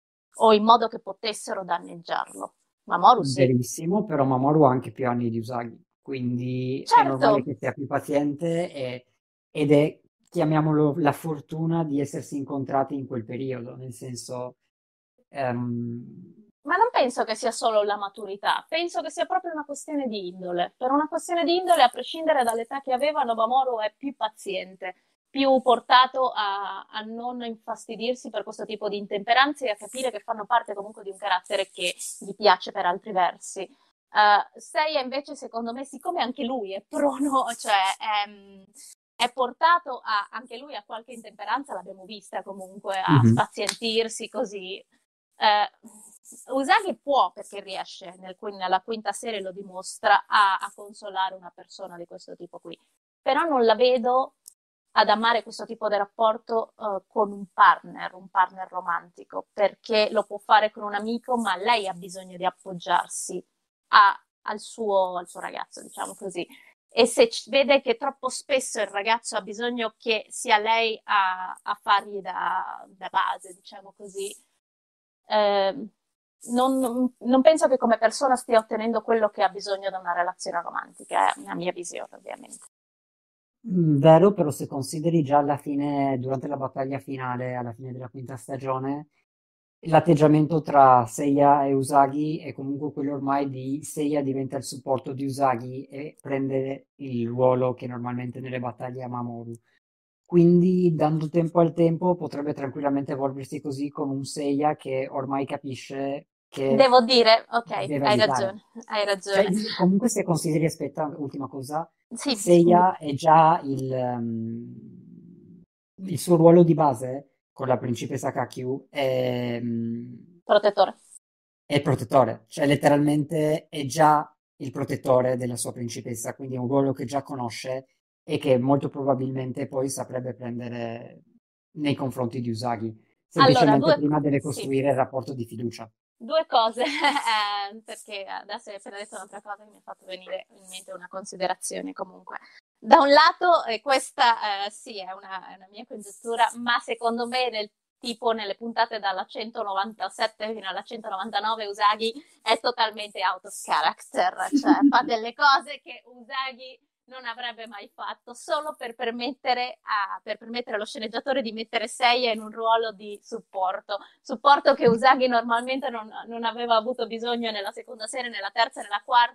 o in modo che potessero danneggiarlo. Mamoru sì. Verissimo, però Mamoru ha anche più anni di Usagi, quindi è Certo, normale che sia più paziente e- ed è, chiamiamolo, la fortuna di essersi incontrati in quel periodo, nel senso, ehm, ma non penso che sia solo la maturità, penso che sia proprio una questione di indole. Per una questione di indole, a prescindere dall'età che aveva, Nobomoru è più paziente, più portato a, a non infastidirsi per questo tipo di intemperanze e a capire che fanno parte comunque di un carattere che gli piace per altri versi. Uh, Seiya invece, secondo me, siccome anche lui è prono, cioè è, è portato a, anche lui a qualche intemperanza, l'abbiamo vista comunque, a mhm. spazientirsi così. Eh, Usagi può, perché riesce, nel, nella quinta serie lo dimostra, a, a consolare una persona di questo tipo qui. Però non la vedo ad amare questo tipo di rapporto uh, con un partner, un partner romantico, perché lo può fare con un amico, ma lei ha bisogno di appoggiarsi a, al, suo, al suo ragazzo, diciamo così. E se c- vede che troppo spesso il ragazzo ha bisogno che sia lei a, a fargli da, da base, diciamo così, eh, non, non penso che come persona stia ottenendo quello che ha bisogno da una relazione romantica, è una mia visione ovviamente. Mm, vero, però se consideri già alla fine, durante la battaglia finale, alla fine della quinta stagione, l'atteggiamento tra Seiya e Usagi è comunque quello ormai di Seiya diventa il supporto di Usagi e prende il ruolo che normalmente nelle battaglie ha Mamoru. Quindi, dando tempo al tempo, potrebbe tranquillamente evolversi così con un Seiya che ormai capisce che Devo dire, ok, deve hai aiutare. ragione, hai Cioè, ragione. comunque se consideri, aspetta, ultima cosa, Sì, Seiya è già il, ehm, il suo ruolo di base con la principessa Kakyu è, ehm, protettore. è il protettore, cioè letteralmente è già il protettore della sua principessa, quindi è un ruolo che già conosce e che molto probabilmente poi saprebbe prendere nei confronti di Usagi. Allora, Semplicemente due, prima deve sì, costruire il rapporto di fiducia. due cose, eh, perché adesso hai appena detto un'altra cosa che mi ha fatto venire in mente una considerazione comunque. Da un lato, eh, questa eh, sì, è una, è una mia congettura, ma secondo me nel tipo nelle puntate dalla centonovantasette fino alla centonovantanove Usagi è totalmente out of character, cioè fa delle cose che Usagi non avrebbe mai fatto, solo per permettere, a, per permettere allo sceneggiatore di mettere Seiya in un ruolo di supporto, supporto che Usagi normalmente non, non aveva avuto bisogno nella seconda serie, nella terza e nella quarta,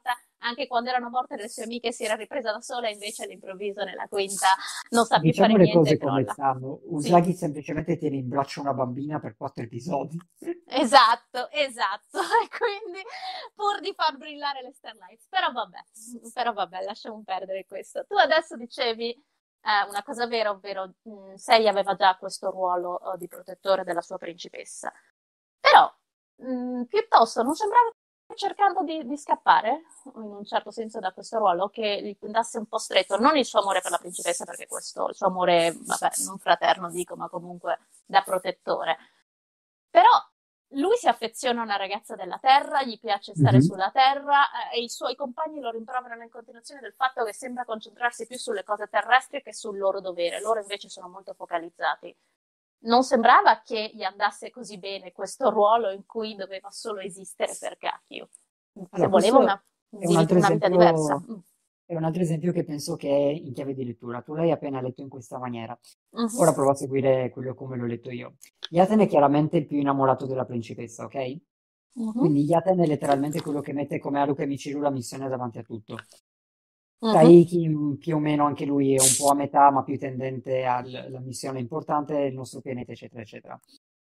anche quando erano morte le sue amiche si era ripresa da sola, invece all'improvviso nella quinta non sa più Diciamo fare le niente cose e come crolla. stanno. Sì, Usagi semplicemente tiene in braccio una bambina per quattro episodi. esatto, esatto. E quindi pur di far brillare le Starlights. Però vabbè, però vabbè, lasciamo perdere questo. Tu adesso dicevi eh, una cosa vera, ovvero mh, Sei aveva già questo ruolo eh, di protettore della sua principessa. Però, mh, piuttosto, non sembrava cercando di, di scappare, in un certo senso, da questo ruolo, che gli andasse un po' stretto. Non il suo amore per la principessa, perché questo, il suo amore, vabbè, non fraterno dico, ma comunque da protettore. Però lui si affeziona a una ragazza della Terra, gli piace stare Mhm. sulla Terra eh, e i suoi compagni lo rimproverano in continuazione del fatto che sembra concentrarsi più sulle cose terrestri che sul loro dovere. Loro invece sono molto focalizzati. Non sembrava che gli andasse così bene questo ruolo in cui doveva solo esistere per cacchio. Se Allora, voleva questo una, è un di- altro una vita diversa. esempio, è un altro esempio che penso che è in chiave di lettura. Tu l'hai appena letto in questa maniera. Mhm, Ora prova a seguire quello come l'ho letto io. Yaten è chiaramente il più innamorato della principessa, ok? mhm, Quindi Yaten è letteralmente quello che mette come Haruka e Michiru la missione davanti a tutto. mhm, Taiki mm, più o meno anche lui è un po' a metà, ma più tendente alla missione importante, il nostro pianeta, eccetera, eccetera.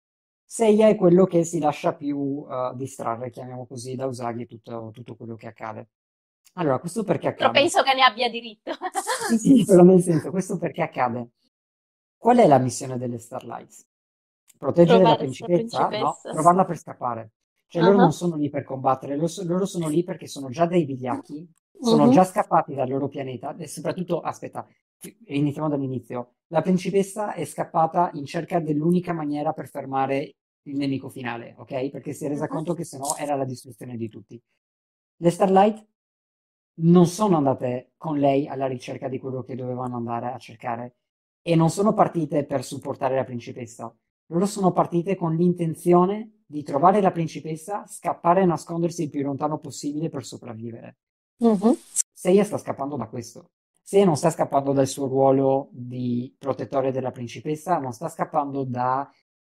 Seiya è quello che si lascia più eh, distrarre, chiamiamo così, da Usagi e tutto, tutto quello che accade. Allora, questo perché Però accade? penso che ne abbia diritto. Sì, sì, però nel senso, questo perché accade? Qual è la missione delle Starlights? Proteggere la Trovare sta principessa? No, principessa. trovarla per scappare. Cioè loro non Ah, sono lì per combattere, loro, so- loro sono lì perché sono già dei vigliacchi, sono mhm, già scappati dal loro pianeta e soprattutto, aspetta, fi- iniziamo dall'inizio. La principessa è scappata in cerca dell'unica maniera per fermare il nemico finale, ok? Perché si è resa mhm, conto che sennò era la distruzione di tutti. Le Starlight non sono andate con lei alla ricerca di quello che dovevano andare a cercare e non sono partite per supportare la principessa. Loro sono partite con l'intenzione di trovare la principessa, scappare e nascondersi il più lontano possibile per sopravvivere. mhm, Seiya sta scappando da questo. Seiya non sta scappando dal suo ruolo di protettore della principessa, non sta scappando da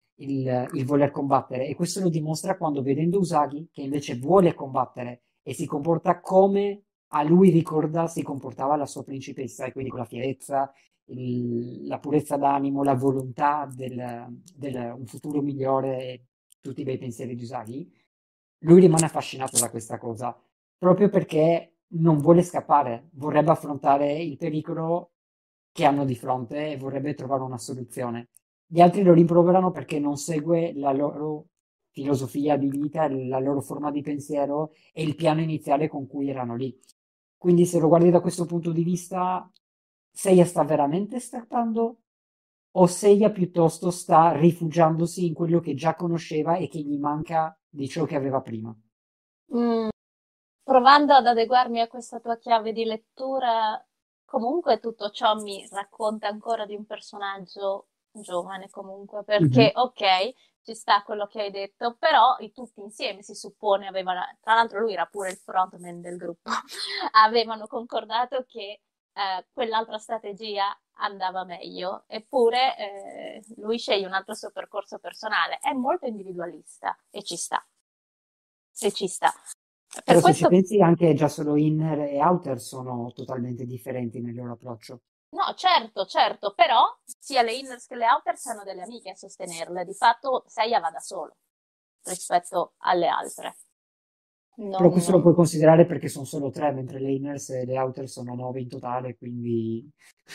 il, il voler combattere e questo lo dimostra quando vedendo Usagi che invece vuole combattere e si comporta come a lui ricorda si comportava la sua principessa e quindi con la fierezza, il- la purezza d'animo, la volontà del, del un futuro migliore e tutti i bei pensieri di Usagi, lui rimane affascinato da questa cosa proprio perché non vuole scappare, vorrebbe affrontare il pericolo che hanno di fronte e vorrebbe trovare una soluzione. Gli altri lo rimproverano perché non segue la loro filosofia di vita, la loro forma di pensiero e il piano iniziale con cui erano lì. Quindi se lo guardi da questo punto di vista, Seiya sta veramente scappando o Seiya piuttosto sta rifugiandosi in quello che già conosceva e che gli manca di ciò che aveva prima? mm. Provando ad adeguarmi a questa tua chiave di lettura, comunque tutto ciò mi racconta ancora di un personaggio giovane, comunque, perché Mhm. ok, ci sta quello che hai detto, però i tutti insieme si suppone avevano, tra l'altro lui era pure il frontman del gruppo, avevano concordato che eh, quell'altra strategia andava meglio, eppure eh, lui sceglie un altro suo percorso personale, è molto individualista e ci sta, e ci sta. Per Però se ci questo pensi anche già solo Inner e Outer sono totalmente differenti nel loro approccio. no, certo, certo, però sia le inners che le outers hanno delle amiche a sostenerle. Di fatto Seiya va da solo rispetto alle altre. Però Non, questo lo puoi considerare perché sono solo tre, mentre le Inners e le Outer sono nove in totale, quindi...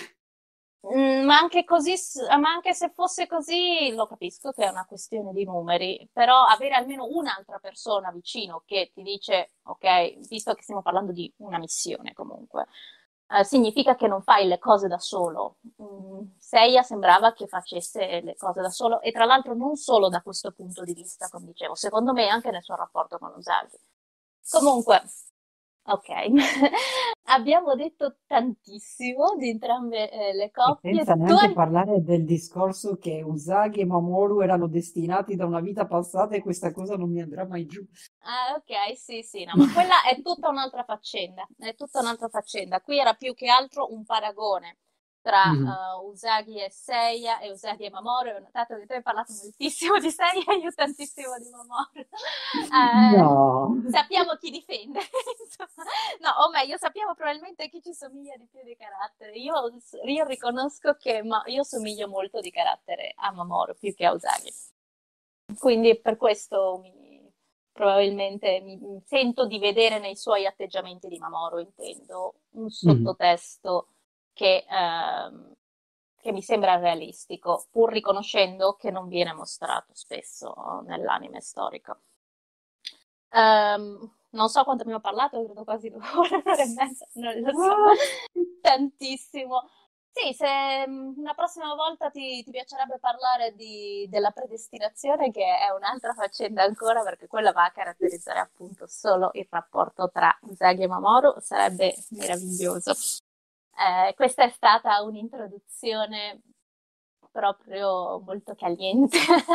Mm, ma anche così, s- ma anche se fosse così, lo capisco che è una questione di numeri, però avere almeno un'altra persona vicino che ti dice, ok, visto che stiamo parlando di una missione comunque, eh, significa che non fai le cose da solo. Mm, Seiya sembrava che facesse le cose da solo e tra l'altro non solo da questo punto di vista, come dicevo, secondo me anche nel suo rapporto con Usagi. Comunque, ok, abbiamo detto tantissimo di entrambe eh, le E senza coppie. Tu neanche hai... parlare del discorso che Usagi e Mamoru erano destinati da una vita passata e questa cosa non mi andrà mai giù. Ah, ok, sì, sì, no, ma quella è tutta un'altra faccenda, è tutta un'altra faccenda. Qui era più che altro un paragone tra Mhm. eh, Usagi e Seiya e Usagi e Mamoru. Ho notato che tu hai parlato moltissimo di Seiya e io tantissimo di Mamoru. Eh, No. sappiamo chi difende, insomma. No, o io sappiamo probabilmente chi ci somiglia di più di carattere. Io, io riconosco che ma, io somiglio molto di carattere a Mamoru più che a Usagi. Quindi per questo mi, probabilmente mi, mi sento di vedere nei suoi atteggiamenti di Mamoru, intendo, un sottotesto che, ehm, che mi sembra realistico, pur riconoscendo che non viene mostrato spesso nell'anime storico. Um, non so quanto abbiamo parlato, credo quasi due ore, un'ora e mezza, non lo so, tantissimo. Sì, se una prossima volta ti, ti piacerebbe parlare di, della predestinazione, che è un'altra faccenda ancora, perché quella va a caratterizzare appunto solo il rapporto tra Usagi e Mamoru, sarebbe meraviglioso. Eh, questa è stata un'introduzione proprio molto caliente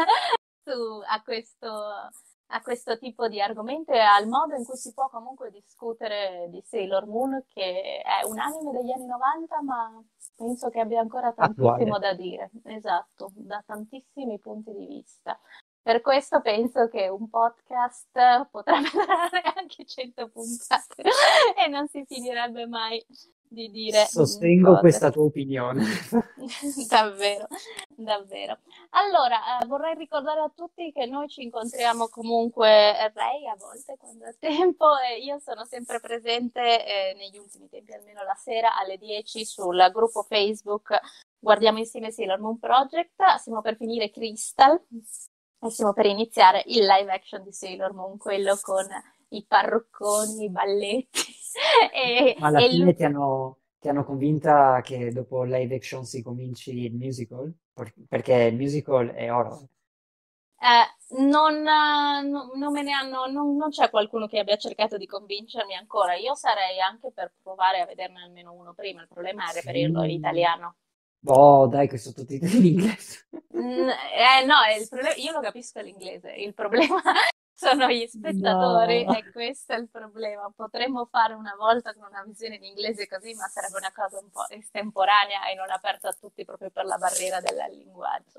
su, a questo... a questo tipo di argomento e al modo in cui si può comunque discutere di Sailor Moon, che è un anime degli anni novanta, ma penso che abbia ancora tantissimo Attuale. da dire. Esatto, da tantissimi punti di vista. Per questo penso che un podcast potrebbe durare anche cento puntate e non si finirebbe mai di dire Sostengo cose. questa tua opinione. Davvero, davvero. Allora, eh, vorrei ricordare a tutti che noi ci incontriamo comunque, Ray a volte quando ha tempo, e io sono sempre presente eh, negli ultimi tempi, almeno la sera alle dieci sul gruppo Facebook Guardiamo insieme Sailor Moon Project. Stiamo per finire Crystal e stiamo per iniziare il live action di Sailor Moon, quello con i parrucconi, i balletti. e, Ma alla e fine lui- ti hanno, ti hanno convinta che dopo live action si cominci il musical? Per- Perché il musical è oro. Eh, non, eh, no- non me ne hanno, non, non c'è qualcuno che abbia cercato di convincermi ancora. Io sarei anche per provare a vederne almeno uno prima. Il problema è reperirlo in Sì. italiano. Oh, dai, quei sottotitoli in inglese. Mm, eh, no, il problema, io lo capisco l'inglese. Il problema sono gli spettatori No. e questo è il problema. Potremmo fare una volta con una visione in inglese così, ma sarebbe una cosa un po' estemporanea e non aperta a tutti proprio per la barriera del linguaggio.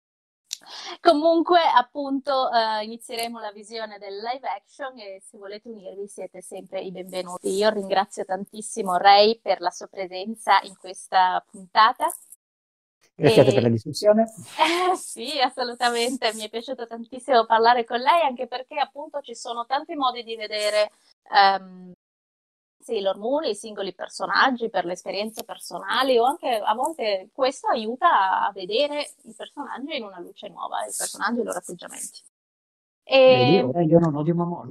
Comunque, appunto, eh, inizieremo la visione del live action e se volete unirvi siete sempre i benvenuti. Io ringrazio tantissimo Ray per la sua presenza in questa puntata. Grazie a te per E... la discussione. Eh, sì, assolutamente, mi è piaciuto tantissimo parlare con lei, anche perché appunto ci sono tanti modi di vedere ehm, Sailor Moon, i singoli personaggi per le esperienze personali o anche a volte questo aiuta a vedere i personaggi in una luce nuova, i personaggi e i loro atteggiamenti. Vedi, E... ora io non odio Mamoru.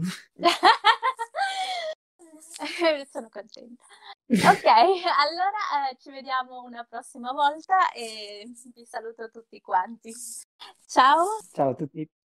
Sono contenta. Ok, allora eh, ci vediamo una prossima volta e vi saluto tutti quanti. Ciao! Ciao a tutti.